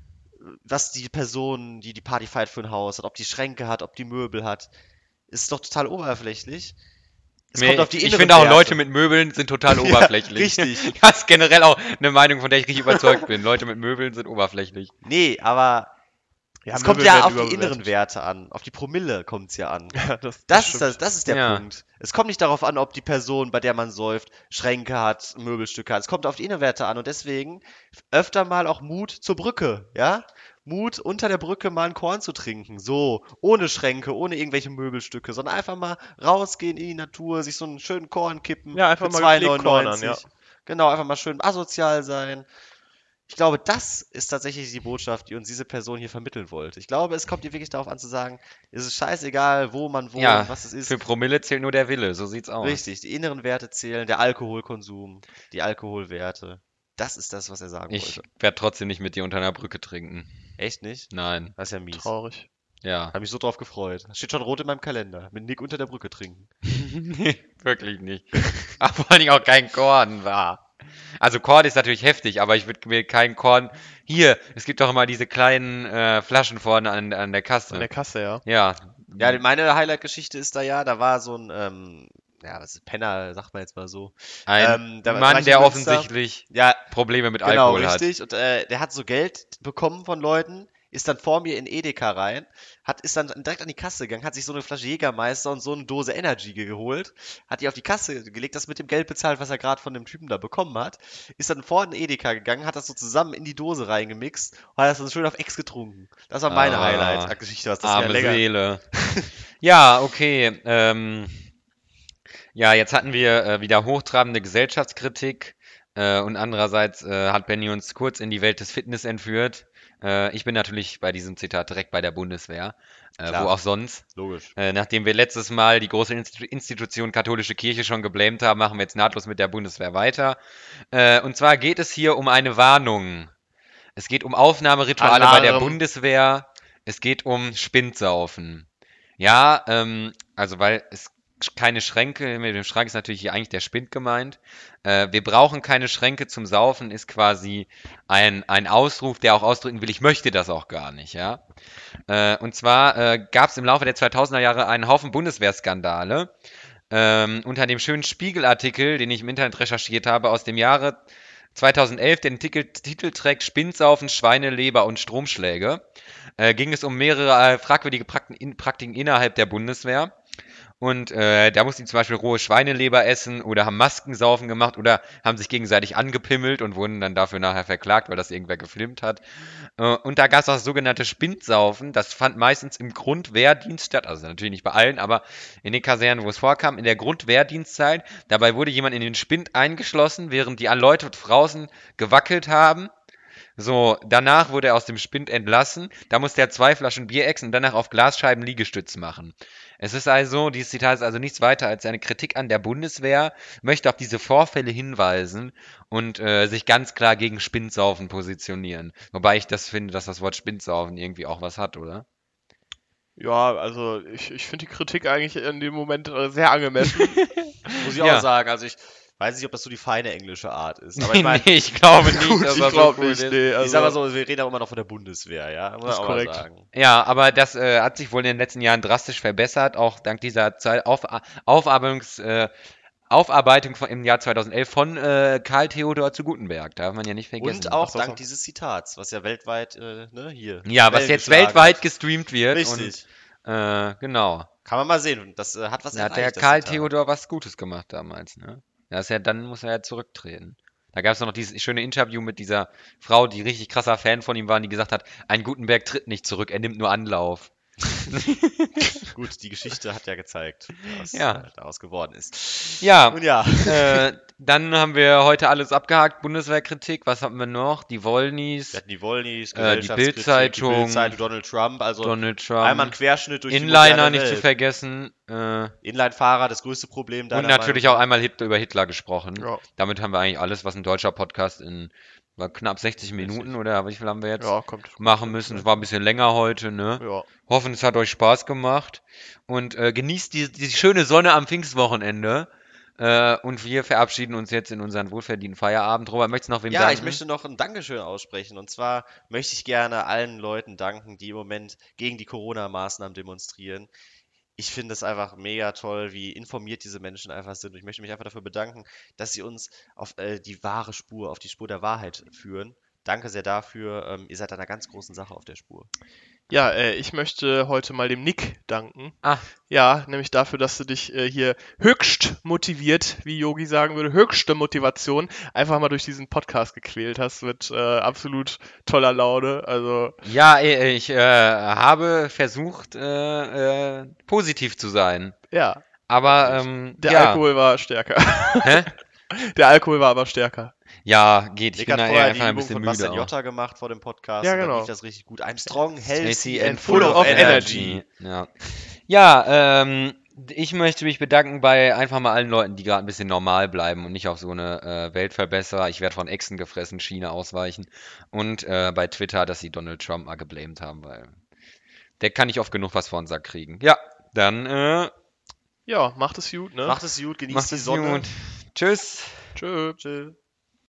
was die Person, die die Party feiert, für ein Haus hat, ob die Schränke hat, ob die Möbel hat. Ist doch total oberflächlich. Es Nee, kommt auf die ich inneren finde auch, Werte. Leute mit Möbeln sind total oberflächlich. richtig. Das ist generell auch eine Meinung, von der ich richtig überzeugt bin. Leute mit Möbeln sind oberflächlich. Nee, aber Ja, es kommt Möbel ja werden auf die überbewertet. inneren Werte an. Auf die Promille kommt es ja an. Ja, das, Das ist, stimmt. das, das ist der Ja. Punkt. Es kommt nicht darauf an, ob die Person, bei der man säuft, Schränke hat, Möbelstücke hat. Es kommt auf die Innenwerte an und deswegen öfter mal auch Mut zur Brücke, ja? Mut, unter der Brücke mal ein Korn zu trinken. So, ohne Schränke, ohne irgendwelche Möbelstücke, sondern einfach mal rausgehen in die Natur, sich so einen schönen Korn kippen. Ja, einfach für mal zwei gepflegt cornern, neunundneunzig. Genau, einfach mal schön asozial sein. Ich glaube, das ist tatsächlich die Botschaft, die uns diese Person hier vermitteln wollte. Ich glaube, es kommt ihr wirklich darauf an zu sagen, es ist scheißegal, wo man wohnt, Ja, was es ist. für Promille zählt nur der Wille, so sieht's aus. Richtig, die inneren Werte zählen, der Alkoholkonsum, die Alkoholwerte. Das ist das, was er sagen Ich wollte. werde trotzdem nicht mit dir unter einer Brücke trinken. Echt nicht? Nein. Das ist ja mies. Traurig. Ja. Hab mich so drauf gefreut. Das steht schon rot in meinem Kalender. Mit Nick unter der Brücke trinken. Nee, wirklich nicht. Aber vor allen Dingen auch kein Korn war. Also Korn ist natürlich heftig, aber ich würde mir kein Korn... Hier, es gibt doch immer diese kleinen äh, Flaschen vorne an, an der Kasse. An der Kasse, ja. Ja. Ja, meine Highlight-Geschichte ist da ja, da war so ein, ähm, ja, was ist Penner, sagt man jetzt mal so. Ein Ähm, da war Mann, ich in der Münster. offensichtlich Ja, Probleme mit genau, Alkohol hat. richtig. Und äh, der hat so Geld bekommen von Leuten, ist dann vor mir in Edeka rein, hat, ist dann direkt an die Kasse gegangen, hat sich so eine Flasche Jägermeister und so eine Dose Energy geholt, hat die auf die Kasse gelegt, das mit dem Geld bezahlt, was er gerade von dem Typen da bekommen hat, ist dann vor den Edeka gegangen, hat das so zusammen in die Dose reingemixt und hat das dann schön auf Ex getrunken. Das war meine Ah, Highlight-Geschichte, was das Arme ja lecker. Seele. Ja, okay. Ähm, ja, jetzt hatten wir äh, wieder hochtrabende Gesellschaftskritik äh, und andererseits äh, hat Benny uns kurz in die Welt des Fitness entführt. Äh, ich bin natürlich bei diesem Zitat direkt bei der Bundeswehr, äh, Klar. wo auch sonst. Logisch. Äh, nachdem wir letztes Mal die große Inst Institution katholische Kirche schon geblamed haben, machen wir jetzt nahtlos mit der Bundeswehr weiter. Äh, und zwar geht es hier um eine Warnung. Es geht um Aufnahmerituale bei der Alarm. Bundeswehr. Es geht um Spindsaufen. Ja, ähm, also weil es keine Schränke, mit dem Schrank ist natürlich hier eigentlich der Spind gemeint. Äh, wir brauchen keine Schränke zum Saufen, ist quasi ein, ein Ausruf, der auch ausdrücken will, ich möchte das auch gar nicht, ja. Äh, und zwar äh, gab es im Laufe der zweitausender Jahre einen Haufen Bundeswehrskandale. Ähm, unter dem schönen Spiegelartikel, den ich im Internet recherchiert habe, aus dem Jahre zweitausendelf, der den Titel, Titel trägt Spindsaufen, Schweineleber und Stromschläge, äh, ging es um mehrere äh, fragwürdige Praktiken, in, Praktiken innerhalb der Bundeswehr. Und äh, da mussten die zum Beispiel rohe Schweineleber essen oder haben Maskensaufen gemacht oder haben sich gegenseitig angepimmelt und wurden dann dafür nachher verklagt, weil das irgendwer gefilmt hat. Äh, und da gab es auch das sogenannte Spindsaufen. Das fand meistens im Grundwehrdienst statt. Also natürlich nicht bei allen, aber in den Kasernen, wo es vorkam, in der Grundwehrdienstzeit. Dabei wurde jemand in den Spind eingeschlossen, während die Leute draußen gewackelt haben. So, danach wurde er aus dem Spind entlassen. Da musste er zwei Flaschen Bier exen und danach auf Glasscheiben Liegestütz machen. Es ist also, dieses Zitat ist also nichts weiter als eine Kritik an der Bundeswehr, möchte auf diese Vorfälle hinweisen und äh, sich ganz klar gegen Spindsaufen positionieren. Wobei ich das finde, dass das Wort Spindsaufen irgendwie auch was hat, oder? Ja, also ich, ich finde die Kritik eigentlich in dem Moment äh, sehr angemessen. Muss ich Ja. auch sagen. Also ich weiß nicht, ob das so die feine englische Art ist. Aber Nee, ich meine, nee, ich glaube nicht, Gut, dass ich das so glaube cool nicht, ist. nee, also, ich sag mal so, wir reden auch immer noch von der Bundeswehr, ja? Muss man ist auch mal korrekt. sagen. Ja, aber das äh, hat sich wohl in den letzten Jahren drastisch verbessert, auch dank dieser Zeit Auf, Aufarbeitungs, äh, Aufarbeitung von, im Jahr zweitausendelf von äh, Karl Theodor zu Gutenberg. Darf man ja nicht vergessen. Und auch Ach, das dank auch. dieses Zitats, was ja weltweit, äh, ne, hier. Ja, was Wellen jetzt geschlagen weltweit hat. gestreamt wird. Richtig. Und, äh, genau. Kann man mal sehen. Das äh, hat was Da hat der erreicht, das Karl Zitat. Theodor was Gutes gemacht damals, ne? Das ist ja, dann muss er ja zurücktreten. Da gab es noch dieses schöne Interview mit dieser Frau, die richtig krasser Fan von ihm war, und die gesagt hat, ein Gutenberg tritt nicht zurück, er nimmt nur Anlauf. Gut, die Geschichte hat ja gezeigt, was Ja. äh, daraus geworden ist. Ja, Nun ja. äh, dann haben wir heute alles abgehakt. Bundeswehrkritik, was haben wir noch? Die Wollnies, Wir hatten die Wollnies, Äh, die Gesellschaftskritik, Bild-Zeitung, die Bild-Zeitung, Donald Trump, also Donald Trump, einmal ein Querschnitt durch die Inliner moderne nicht zu Welt. vergessen. Äh, Inline-Fahrer, das größte Problem da. und natürlich auch einmal Hitler, über Hitler gesprochen. Ja. Damit haben wir eigentlich alles, was ein deutscher Podcast in war knapp sechzig Minuten oder wie viel haben wir jetzt Ja, kommt. machen müssen. Es war ein bisschen länger heute, ne? Ja. Hoffen, es hat euch Spaß gemacht und äh, genießt die, die schöne Sonne am Pfingstwochenende. Äh, und wir verabschieden uns jetzt in unseren wohlverdienten Feierabend. Robert, möchtest du noch wem Ja, danken? ich möchte noch ein Dankeschön aussprechen. Und zwar möchte ich gerne allen Leuten danken, die im Moment gegen die Corona-Maßnahmen demonstrieren. Ich finde es einfach mega toll, wie informiert diese Menschen einfach sind. Und ich möchte mich einfach dafür bedanken, dass sie uns auf äh, die wahre Spur, auf die Spur der Wahrheit führen. Danke sehr dafür. Ähm, ihr seid einer ganz großen Sache auf der Spur. Ja, äh, ich möchte heute mal dem Nick danken. Ah. Ja, nämlich dafür, dass du dich äh, hier höchst motiviert, wie Yogi sagen würde, höchste Motivation, einfach mal durch diesen Podcast gequält hast mit äh, absolut toller Laune. Also, Ja, äh, ich äh, habe versucht, äh, äh, positiv zu sein. ja, Aber, ähm, der ja. Alkohol war stärker. Hä? Der Alkohol war aber stärker. Ja, geht. Ich Nick bin hat da eher vorher die einfach ein Übung bisschen von müde Bastian auch. Jotta gemacht vor dem Podcast. Ja, und dann genau. lief das richtig gut. I'm strong, healthy Healthy and full of energy. Ja, ja ähm, ich möchte mich bedanken bei einfach mal allen Leuten, die gerade ein bisschen normal bleiben und nicht auf so eine äh, Weltverbesserer, ich werde von Echsen gefressen, Schiene ausweichen. Und äh, bei Twitter, dass sie Donald Trump mal geblamed haben, weil der kann nicht oft genug was vor den Sack kriegen. Ja, dann äh, Ja, macht es gut, ne? Macht es gut, genießt macht die es Sonne. gut. Tschüss. Tschö. Tschö.